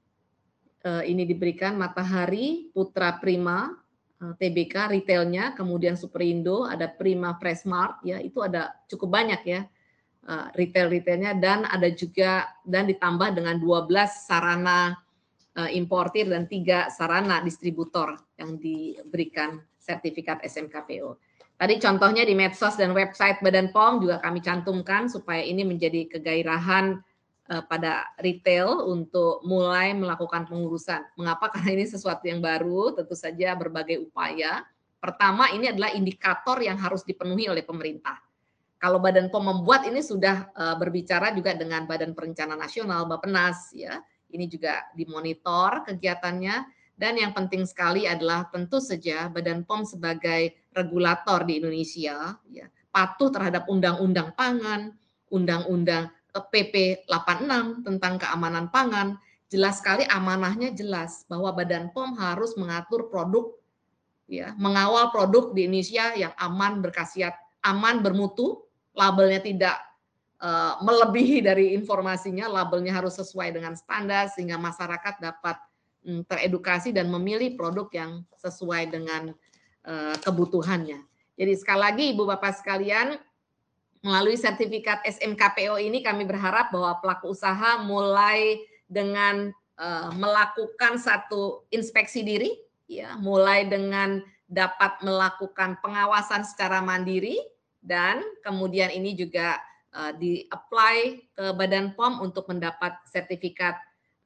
ini diberikan Matahari, Putra Prima, TBK retailnya, kemudian Superindo, ada Prima Freshmart ya, itu ada cukup banyak ya retail-retailnya, dan ada juga dan ditambah dengan 12 sarana importir dan 3 sarana distributor yang diberikan sertifikat SMKPO. Tadi contohnya di medsos dan website Badan POM juga kami cantumkan supaya ini menjadi kegairahan pada retail untuk mulai melakukan pengurusan. Mengapa? Karena ini sesuatu yang baru, tentu saja berbagai upaya. Pertama, ini adalah indikator yang harus dipenuhi oleh pemerintah. Kalau Badan POM membuat ini sudah berbicara juga dengan Badan Perencanaan Nasional, Bappenas ya. Ini juga dimonitor kegiatannya, dan yang penting sekali adalah tentu saja Badan POM sebagai regulator di Indonesia ya, patuh terhadap undang-undang pangan, undang-undang PP 86 tentang keamanan pangan. Jelas sekali amanahnya jelas bahwa Badan POM harus mengatur produk ya, mengawal produk di Indonesia yang aman, berkhasiat, aman, bermutu, labelnya tidak melebihi dari informasinya, labelnya harus sesuai dengan standar sehingga masyarakat dapat teredukasi dan memilih produk yang sesuai dengan kebutuhannya. Jadi sekali lagi Ibu Bapak sekalian, melalui sertifikat SMKPO ini kami berharap bahwa pelaku usaha mulai dengan melakukan satu inspeksi diri, ya, mulai dengan dapat melakukan pengawasan secara mandiri, dan kemudian ini juga di-apply ke Badan POM untuk mendapat sertifikat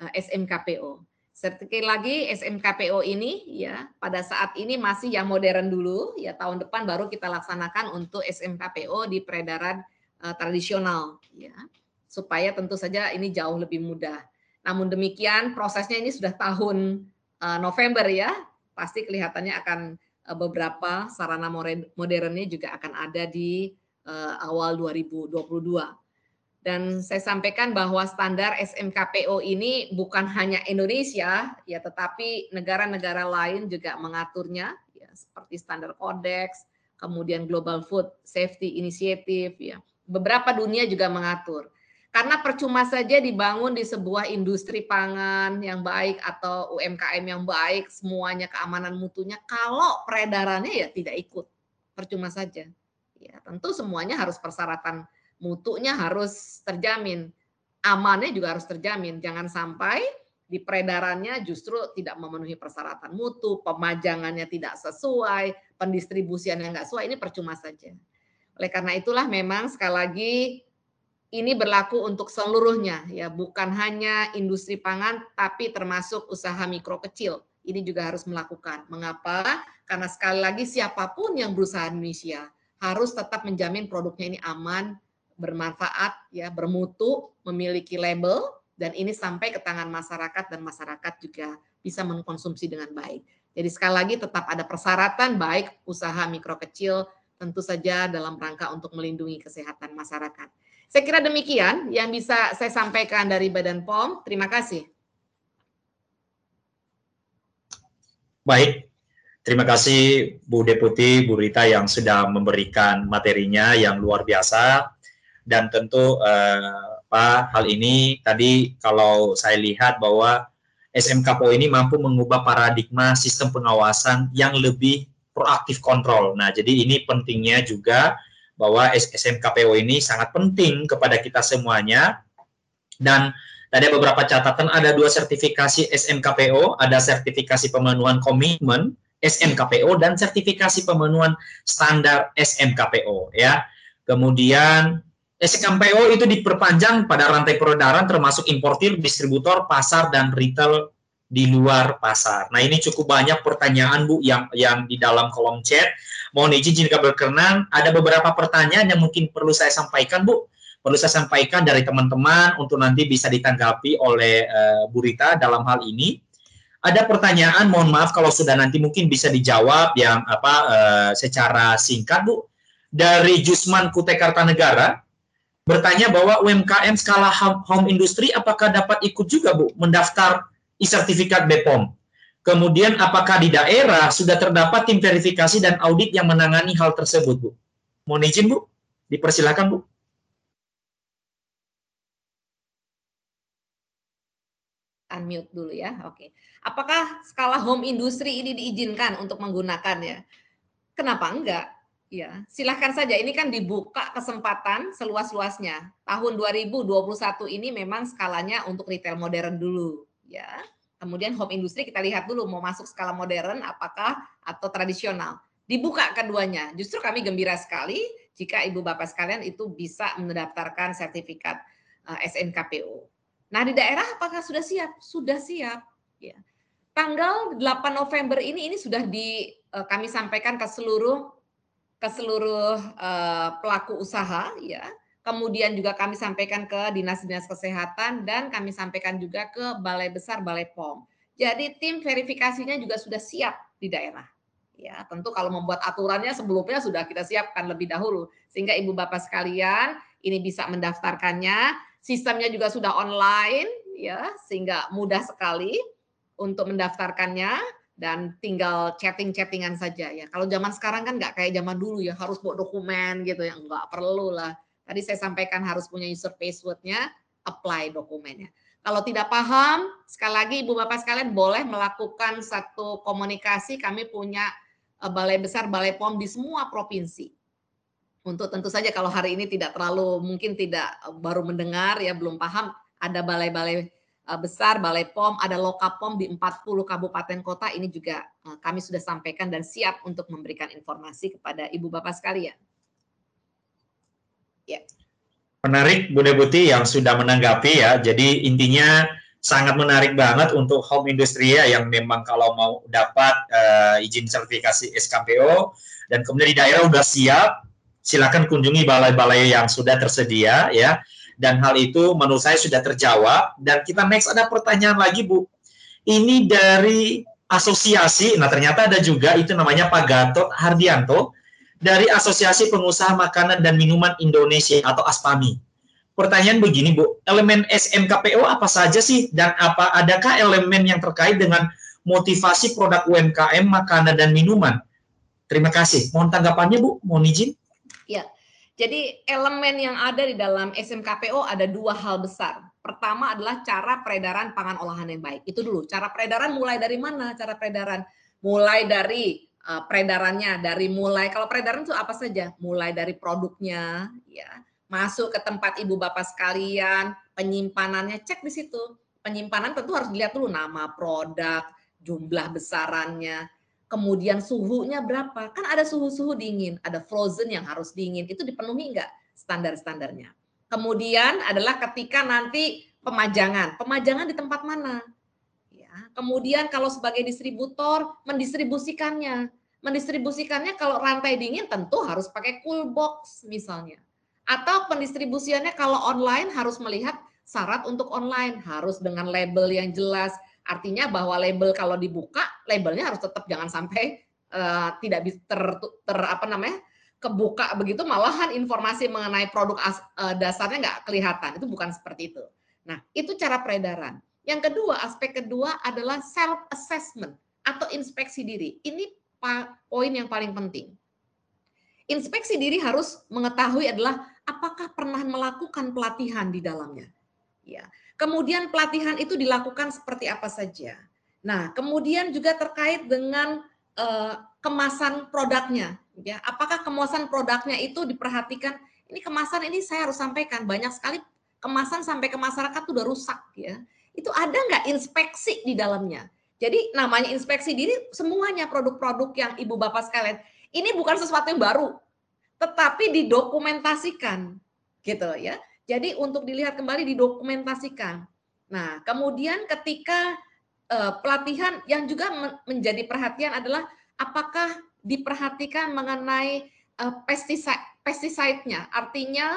SMKPO. Sekali lagi SMKPO ini ya pada saat ini masih yang modern dulu ya, tahun depan baru kita laksanakan untuk SMKPO di peredaran tradisional ya, supaya tentu saja ini jauh lebih mudah. Namun demikian prosesnya ini sudah tahun November ya, pasti kelihatannya akan beberapa sarana modernnya juga akan ada di awal 2022. Dan saya sampaikan bahwa standar SMKPO ini bukan hanya Indonesia ya, tetapi negara-negara lain juga mengaturnya ya, seperti standar Codex, kemudian Global Food Safety Initiative ya. Beberapa dunia juga mengatur. Karena percuma saja dibangun di sebuah industri pangan yang baik atau UMKM yang baik, semuanya keamanan mutunya, kalau peredarannya ya tidak ikut. Percuma saja. Ya, tentu semuanya harus persyaratan mutunya harus terjamin, amannya juga harus terjamin. Jangan sampai di peredarannya justru tidak memenuhi persyaratan mutu, pemajangannya tidak sesuai, pendistribusiannya nggak sesuai, ini percuma saja. Oleh karena itulah memang sekali lagi ini berlaku untuk seluruhnya ya, bukan hanya industri pangan tapi termasuk usaha mikro kecil. Ini juga harus melakukan. Mengapa? Karena sekali lagi siapapun yang berusaha di Indonesia harus tetap menjamin produknya ini aman, bermanfaat, ya, bermutu, memiliki label, dan ini sampai ke tangan masyarakat dan masyarakat juga bisa mengkonsumsi dengan baik. Jadi sekali lagi tetap ada persyaratan baik usaha mikro kecil tentu saja dalam rangka untuk melindungi kesehatan masyarakat. Saya kira demikian yang bisa saya sampaikan dari Badan POM. Terima kasih. Baik. Terima kasih Bu Deputi, Bu Rita yang sudah memberikan materinya yang luar biasa, dan tentu Pak, hal ini tadi kalau saya lihat bahwa SMKPO ini mampu mengubah paradigma sistem pengawasan yang lebih proaktif kontrol. Nah, jadi ini pentingnya juga bahwa SMKPO ini sangat penting kepada kita semuanya. Dan tadi beberapa catatan, ada 2 sertifikasi SMKPO, ada sertifikasi pemenuhan komitmen SMKPO dan sertifikasi pemenuhan standar SMKPO ya. Kemudian SMKPO itu diperpanjang pada rantai peredaran termasuk importir, distributor, pasar dan retail di luar pasar. Nah, ini cukup banyak pertanyaan Bu yang di dalam kolom chat. Mohon izin jika berkenan, ada beberapa pertanyaan yang mungkin perlu saya sampaikan Bu. Perlu saya sampaikan dari teman-teman untuk nanti bisa ditanggapi oleh Bu Rita dalam hal ini. Ada pertanyaan, mohon maaf kalau sudah nanti mungkin bisa dijawab yang secara singkat Bu. Dari Jusman Kutai Kartanegara bertanya bahwa UMKM skala home industry apakah dapat ikut juga Bu mendaftar e-sertifikat BPOM? Kemudian apakah di daerah sudah terdapat tim verifikasi dan audit yang menangani hal tersebut Bu? Mohon izin Bu, dipersilakan Bu. Unmute dulu ya, oke. Apakah skala home industry ini diizinkan untuk menggunakannya? Kenapa enggak? Ya, silahkan saja. Ini kan dibuka kesempatan seluas-luasnya. Tahun 2021 ini memang skalanya untuk retail modern dulu, ya. Kemudian home industry kita lihat dulu mau masuk skala modern apakah atau tradisional. Dibuka keduanya. Justru kami gembira sekali jika Ibu Bapak sekalian itu bisa mendaftarkan sertifikat SNKPO. Nah, di daerah apakah sudah siap? Sudah siap. Ya. Tanggal 8 November ini sudah kami sampaikan ke seluruh pelaku usaha, ya. Kemudian juga kami sampaikan ke dinas-dinas kesehatan dan kami sampaikan juga ke Balai Besar Balai POM. Jadi tim verifikasinya juga sudah siap di daerah. Ya, tentu kalau membuat aturannya sebelumnya sudah kita siapkan lebih dahulu sehingga Ibu Bapak sekalian ini bisa mendaftarkannya. Sistemnya juga sudah online, ya, sehingga mudah sekali untuk mendaftarkannya dan tinggal chatting-chattingan saja ya. Kalau zaman sekarang kan nggak kayak zaman dulu ya, harus bawa dokumen gitu ya, nggak perlu lah. Tadi saya sampaikan harus punya user password-nya, apply dokumennya. Kalau tidak paham, sekali lagi Ibu Bapak sekalian boleh melakukan satu komunikasi, kami punya Balai Besar Balai POM di semua provinsi. Untuk tentu saja kalau hari ini tidak terlalu mungkin tidak baru mendengar ya belum paham, ada balai-balai besar, balai POM, ada Lokapom di 40 kabupaten kota, ini juga kami sudah sampaikan dan siap untuk memberikan informasi kepada Ibu Bapak sekalian. Ya. Menarik Bu Deputi yang sudah menanggapi ya. Jadi intinya sangat menarik banget untuk home industry ya yang memang kalau mau dapat izin sertifikasi SKPO dan kemudian di daerah udah siap, silakan kunjungi balai-balai yang sudah tersedia ya. Dan hal itu menurut saya sudah terjawab. Dan kita next ada pertanyaan lagi Bu. Ini dari asosiasi, nah ternyata ada juga itu namanya Pak Gatot Hardianto dari Asosiasi Pengusaha Makanan dan Minuman Indonesia atau ASPAMI. Pertanyaan begini Bu, elemen SMKPO apa saja sih dan adakah elemen yang terkait dengan motivasi produk UMKM makanan dan minuman? Terima kasih. Mohon tanggapannya Bu, mohon izin. Ya, jadi elemen yang ada di dalam SMKPO ada 2 hal besar. Pertama adalah cara peredaran pangan olahan yang baik. Itu dulu, cara peredaran mulai dari mana? Cara peredaran mulai dari peredarannya, kalau peredaran itu apa saja? Mulai dari produknya, ya, masuk ke tempat Ibu Bapak sekalian, penyimpanannya cek di situ. Penyimpanan tentu harus dilihat dulu nama produk, jumlah besarannya, kemudian suhunya berapa. Kan ada suhu-suhu dingin, ada frozen yang harus dingin. Itu dipenuhi enggak standar-standarnya? Kemudian adalah ketika nanti pemajangan. Pemajangan di tempat mana? Ya, kemudian kalau sebagai distributor mendistribusikannya. Mendistribusikannya kalau rantai dingin tentu harus pakai cool box misalnya. Atau pendistribusiannya kalau online harus melihat syarat untuk online. Harus dengan label yang jelas. Artinya bahwa label kalau dibuka, labelnya harus tetap jangan sampai tidak bisa kebuka begitu malahan informasi mengenai produk dasarnya nggak kelihatan. Itu bukan seperti itu. Nah, itu cara peredaran. Yang kedua, aspek kedua adalah self assessment atau inspeksi diri. Ini poin yang paling penting. Inspeksi diri harus mengetahui adalah apakah pernah melakukan pelatihan di dalamnya. Ya. Kemudian pelatihan itu dilakukan seperti apa saja. Nah, kemudian juga terkait dengan kemasan produknya, ya. Apakah kemasan produknya itu diperhatikan? Ini kemasan ini saya harus sampaikan, banyak sekali kemasan sampai ke masyarakat tuh udah rusak, ya. Itu ada nggak inspeksi di dalamnya? Jadi namanya inspeksi diri semuanya produk-produk yang Ibu Bapak sekalian. Ini bukan sesuatu yang baru, tetapi didokumentasikan, gitu ya. Jadi untuk dilihat kembali didokumentasikan. Nah, kemudian ketika pelatihan yang juga menjadi perhatian adalah apakah diperhatikan mengenai pesticide-nya, artinya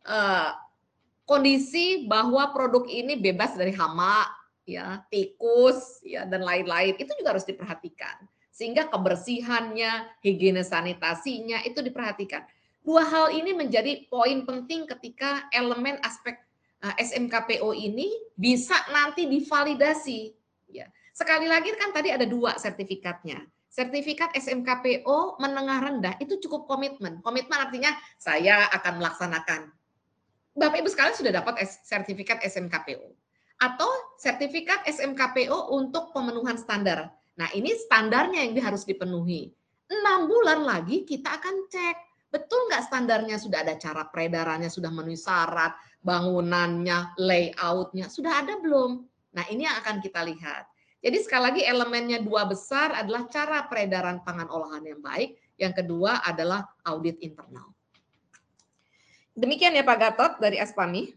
kondisi bahwa produk ini bebas dari hama, ya, tikus, ya, dan lain-lain, itu juga harus diperhatikan. Sehingga kebersihannya, higiene sanitasinya itu diperhatikan. Dua hal ini menjadi poin penting ketika elemen aspek SMKPO ini bisa nanti divalidasi. Ya. Sekali lagi kan tadi ada 2 sertifikatnya. Sertifikat SMKPO menengah rendah itu cukup komitmen. Komitmen artinya saya akan melaksanakan. Bapak Ibu sekalian sudah dapat sertifikat SMKPO. Atau sertifikat SMKPO untuk pemenuhan standar. Nah, ini standarnya yang harus dipenuhi. 6 bulan lagi kita akan cek. Betul nggak standarnya, sudah ada cara peredarannya, sudah memenuhi syarat, bangunannya, layoutnya, sudah ada belum? Nah, ini yang akan kita lihat. Jadi sekali lagi elemennya 2 besar adalah cara peredaran pangan olahan yang baik. Yang kedua adalah audit internal. Demikian ya Pak Gatot dari Aspami.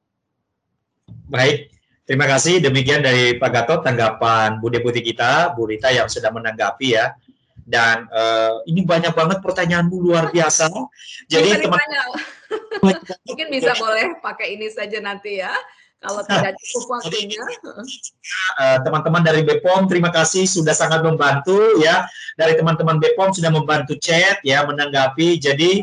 Baik, terima kasih. Demikian dari Pak Gatot tanggapan Bu Deputi kita, Bu Rita yang sudah menanggapi ya. Dan ini banyak banget pertanyaan Bu, luar biasa. Jadi teman-teman mungkin bisa boleh pakai ini saja nanti ya. Kalau tidak cukup waktunya. Teman-teman dari BPOM, terima kasih sudah sangat membantu ya. Dari teman-teman BPOM sudah membantu chat ya, menanggapi. Jadi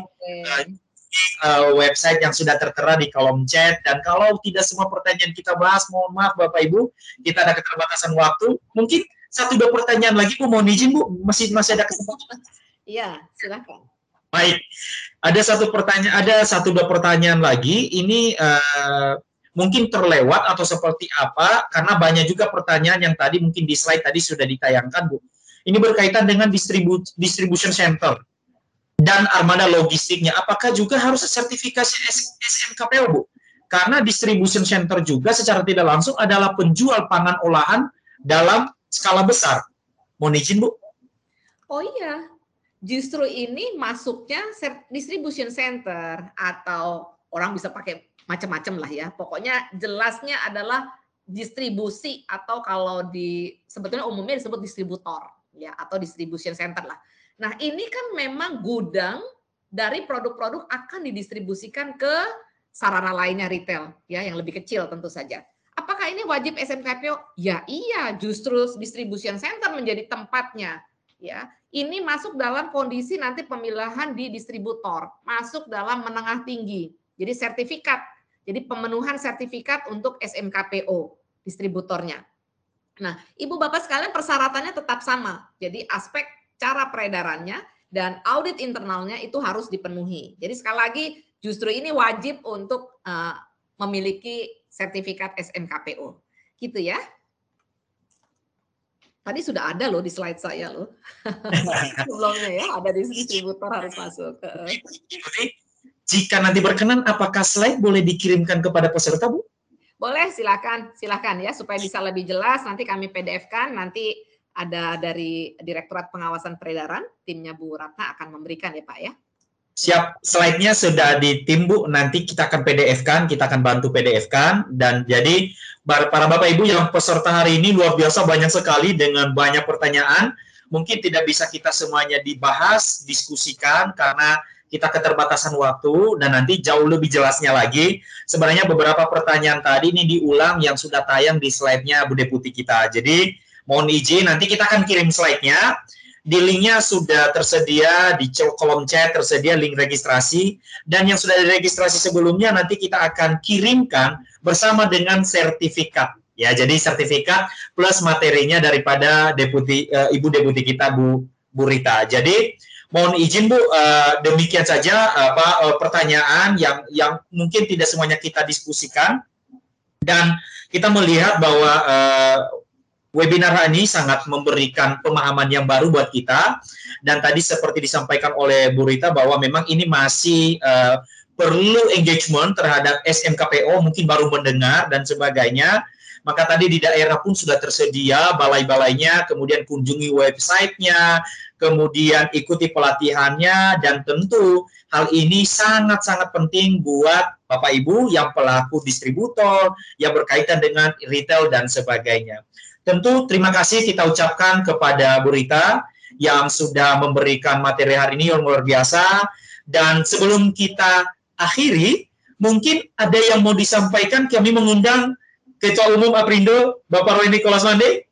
website yang sudah tertera di kolom chat. Dan kalau tidak semua pertanyaan kita bahas, mohon maaf Bapak Ibu, kita ada keterbatasan waktu. Mungkin 1-2 pertanyaan lagi Bu, mohon izin Bu, masih ada kesempatan. Iya, silakan. Baik, ada 1-2 pertanyaan lagi. Ini mungkin terlewat atau seperti apa, karena banyak juga pertanyaan yang tadi mungkin di slide tadi sudah ditayangkan Bu. Ini berkaitan dengan distribution center dan armada logistiknya. Apakah juga harus sertifikasi SMKPO Bu? Karena distribution center juga secara tidak langsung adalah penjual pangan olahan dalam skala besar. Mohon izin Bu. Oh iya, justru ini masuknya distribution center atau orang bisa pakai macam-macam lah ya. Pokoknya jelasnya adalah distribusi atau kalau sebetulnya umumnya disebut distributor ya atau distribution center lah. Nah, ini kan memang gudang dari produk-produk akan didistribusikan ke sarana lainnya retail ya yang lebih kecil tentu saja. Apakah ini wajib SMKPO? Ya iya, justru distribution center menjadi tempatnya. Ya, ini masuk dalam kondisi nanti pemilahan di distributor, masuk dalam menengah tinggi. Jadi sertifikat, jadi pemenuhan sertifikat untuk SMKPO distributornya. Nah, Ibu Bapak sekalian persyaratannya tetap sama. Jadi aspek cara peredarannya dan audit internalnya itu harus dipenuhi. Jadi sekali lagi justru ini wajib untuk memiliki sertifikat SMKPO. Gitu ya. Tadi sudah ada loh di slide saya loh. Sebelumnya ya, ada di distributor harus masuk. Jika nanti berkenan, apakah slide boleh dikirimkan kepada peserta, Bu? Boleh, silakan ya, supaya bisa lebih jelas. Nanti kami PDF-kan, nanti ada dari Direktorat Pengawasan Peredaran, timnya Bu Ratna akan memberikan ya Pak ya. Siap, slide-nya sudah di tim Bu, nanti kita akan PDF-kan, kita akan bantu PDF-kan, dan jadi para Bapak Ibu yang peserta hari ini luar biasa banyak sekali dengan banyak pertanyaan, mungkin tidak bisa kita semuanya dibahas, diskusikan, karena kita keterbatasan waktu, dan nanti jauh lebih jelasnya lagi. Sebenarnya beberapa pertanyaan tadi ini diulang yang sudah tayang di slide-nya Bu Deputi kita, jadi mohon izin, nanti kita akan kirim slide-nya. Di linknya sudah tersedia, di kolom chat tersedia link registrasi, dan yang sudah diregistrasi sebelumnya nanti kita akan kirimkan bersama dengan sertifikat. Ya, jadi sertifikat plus materinya daripada Ibu Deputi kita Bu Rita. Jadi mohon izin Bu, demikian saja pertanyaan yang mungkin tidak semuanya kita diskusikan, dan kita melihat bahwa webinar hari ini sangat memberikan pemahaman yang baru buat kita, dan tadi seperti disampaikan oleh Bu Rita bahwa memang ini masih perlu engagement terhadap SMKPO, mungkin baru mendengar dan sebagainya. Maka tadi di daerah pun sudah tersedia balai-balainya, kemudian kunjungi websitenya, kemudian ikuti pelatihannya, dan tentu hal ini sangat-sangat penting buat Bapak Ibu yang pelaku distributor, yang berkaitan dengan retail dan sebagainya. Tentu terima kasih kita ucapkan kepada Bu Rita yang sudah memberikan materi hari ini yang luar biasa. Dan sebelum kita akhiri, mungkin ada yang mau disampaikan. Kami mengundang Ketua Umum Aprindo, Bapak Roy Nicholas Mande.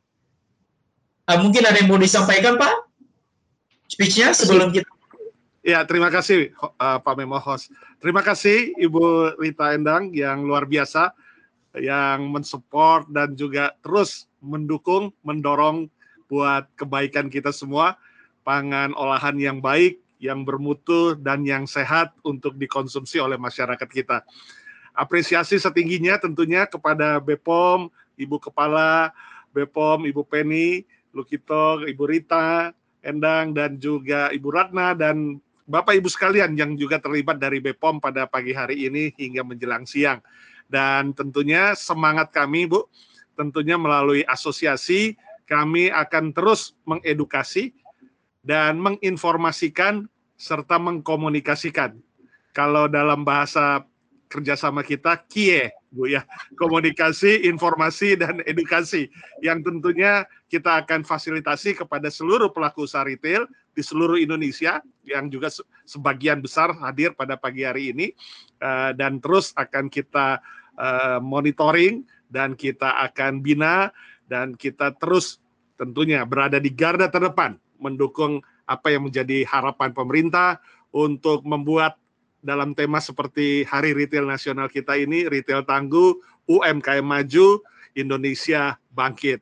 Mungkin ada yang mau disampaikan, Pak? Speech-nya sebelum kita... Ya, terima kasih Pak Memo Host. Terima kasih Ibu Rita Endang yang luar biasa, yang mensupport dan juga terus mendukung, mendorong buat kebaikan kita semua, pangan olahan yang baik, yang bermutu, dan yang sehat untuk dikonsumsi oleh masyarakat kita. Apresiasi setingginya tentunya kepada BPOM, Ibu Kepala BPOM, Ibu Penny, Lukito, Ibu Rita Endang, dan juga Ibu Ratna, dan Bapak Ibu sekalian yang juga terlibat dari BPOM pada pagi hari ini hingga menjelang siang. Dan tentunya semangat kami, Bu, tentunya melalui asosiasi, kami akan terus mengedukasi dan menginformasikan serta mengkomunikasikan. Kalau dalam bahasa kerjasama kita, KIE, Bu ya, komunikasi, informasi, dan edukasi, yang tentunya kita akan fasilitasi kepada seluruh pelaku usaha retail di seluruh Indonesia, yang juga sebagian besar hadir pada pagi hari ini, dan terus akan kita monitoring, dan kita akan bina, dan kita terus tentunya berada di garda terdepan, mendukung apa yang menjadi harapan pemerintah untuk membuat dalam tema seperti Hari Retail Nasional kita ini, Retail Tangguh, UMKM Maju, Indonesia Bangkit.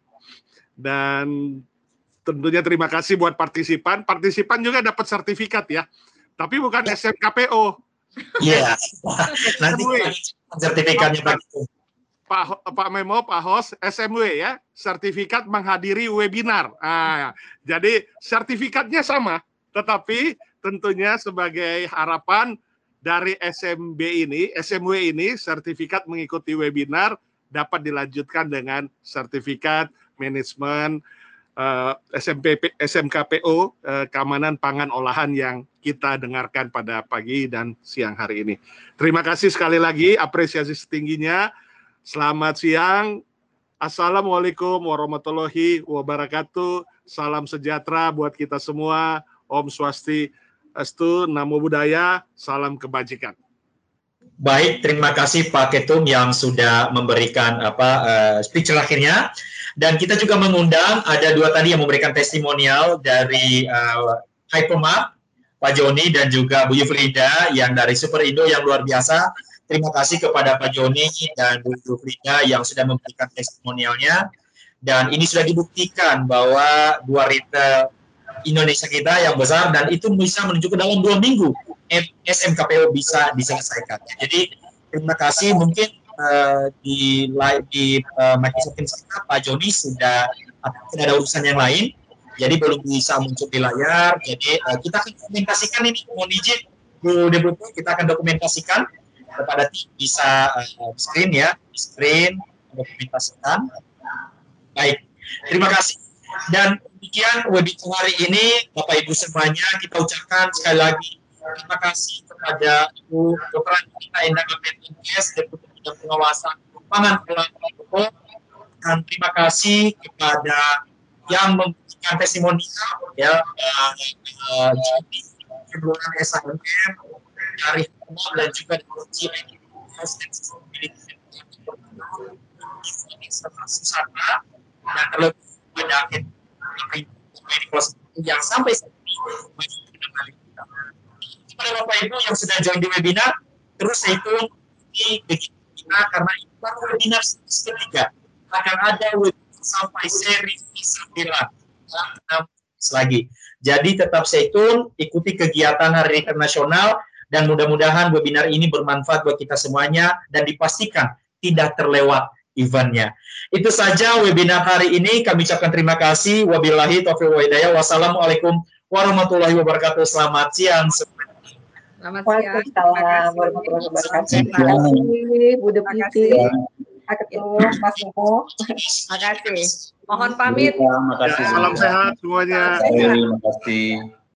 Dan tentunya terima kasih buat partisipan. Partisipan juga dapat sertifikat ya, tapi bukan SMKPO. Iya, nanti sertifikatnya Pak Memo, Pak Host, SMW ya, sertifikat menghadiri webinar. Jadi sertifikatnya sama, tetapi tentunya sebagai harapan dari SMW ini, sertifikat mengikuti webinar dapat dilanjutkan dengan sertifikat manajemen SMKPO, keamanan pangan olahan yang kita dengarkan pada pagi dan siang hari ini. Terima kasih sekali lagi, apresiasi setingginya. Selamat siang. Assalamualaikum warahmatullahi wabarakatuh. Salam sejahtera buat kita semua. Om Swastiastu, Namo Buddhaya, salam kebajikan. Baik, terima kasih Pak Ketum yang sudah memberikan speech terakhirnya. Dan kita juga mengundang, ada dua tadi yang memberikan testimonial dari Hypermart, Pak Joni dan juga Bu Yufrida yang dari Superindo yang luar biasa. Terima kasih kepada Pak Joni dan Bu Yufrida yang sudah memberikan testimonialnya. Dan ini sudah dibuktikan bahwa dua retail Indonesia kita yang besar, dan itu bisa menunjukkan dalam 2 minggu SMKPO bisa diselesaikan. Jadi terima kasih. Mungkin di Microsoft Instagram Pak Joni sudah ada urusan yang lain, jadi belum bisa muncul di layar. Jadi kita akan dokumentasikan ini, mohon izin Bu Deputi, kita akan dokumentasikan kepada tim, bisa screen ya, screen dokumentasikan. Baik, terima kasih. Dan demikian webinar hari ini, Bapak Ibu semuanya, kita ucapkan sekali lagi terima kasih kepada Ibu Dr. Anita Endang APTNS, Deputi Bidang Pengawasan Pangan Olahan, dan terima kasih kepada yang memberikan testimonial ya, Jumlah SHMM dari Huma dan juga dari Susana, dan terlebih pada akhir yang sampai saat ini kepada Bapak Ibu yang sudah join di webinar, terus stay tune di kita karena itu baru webinar ketiga, akan ada webinar sampai seri 9 lagi. Jadi tetap stay tune, ikuti kegiatan Hari Retail Nasional, dan mudah-mudahan webinar ini bermanfaat buat kita semuanya dan dipastikan tidak terlewat eventnya. Itu saja webinar hari ini. Kami ucapkan terima kasih. Wabillahi taufiq wal hidayah. Wassalamualaikum warahmatullahi wabarakatuh. Selamat siang. Selamat siang. Waalaikumsalam warahmatullahi wabarakatuh. Terima kasih Bu Deputi, Pak Ketum, Mas Nemo. Terima kasih. Mohon pamit. Terima kasih. Salam sehat semuanya. Terima kasih.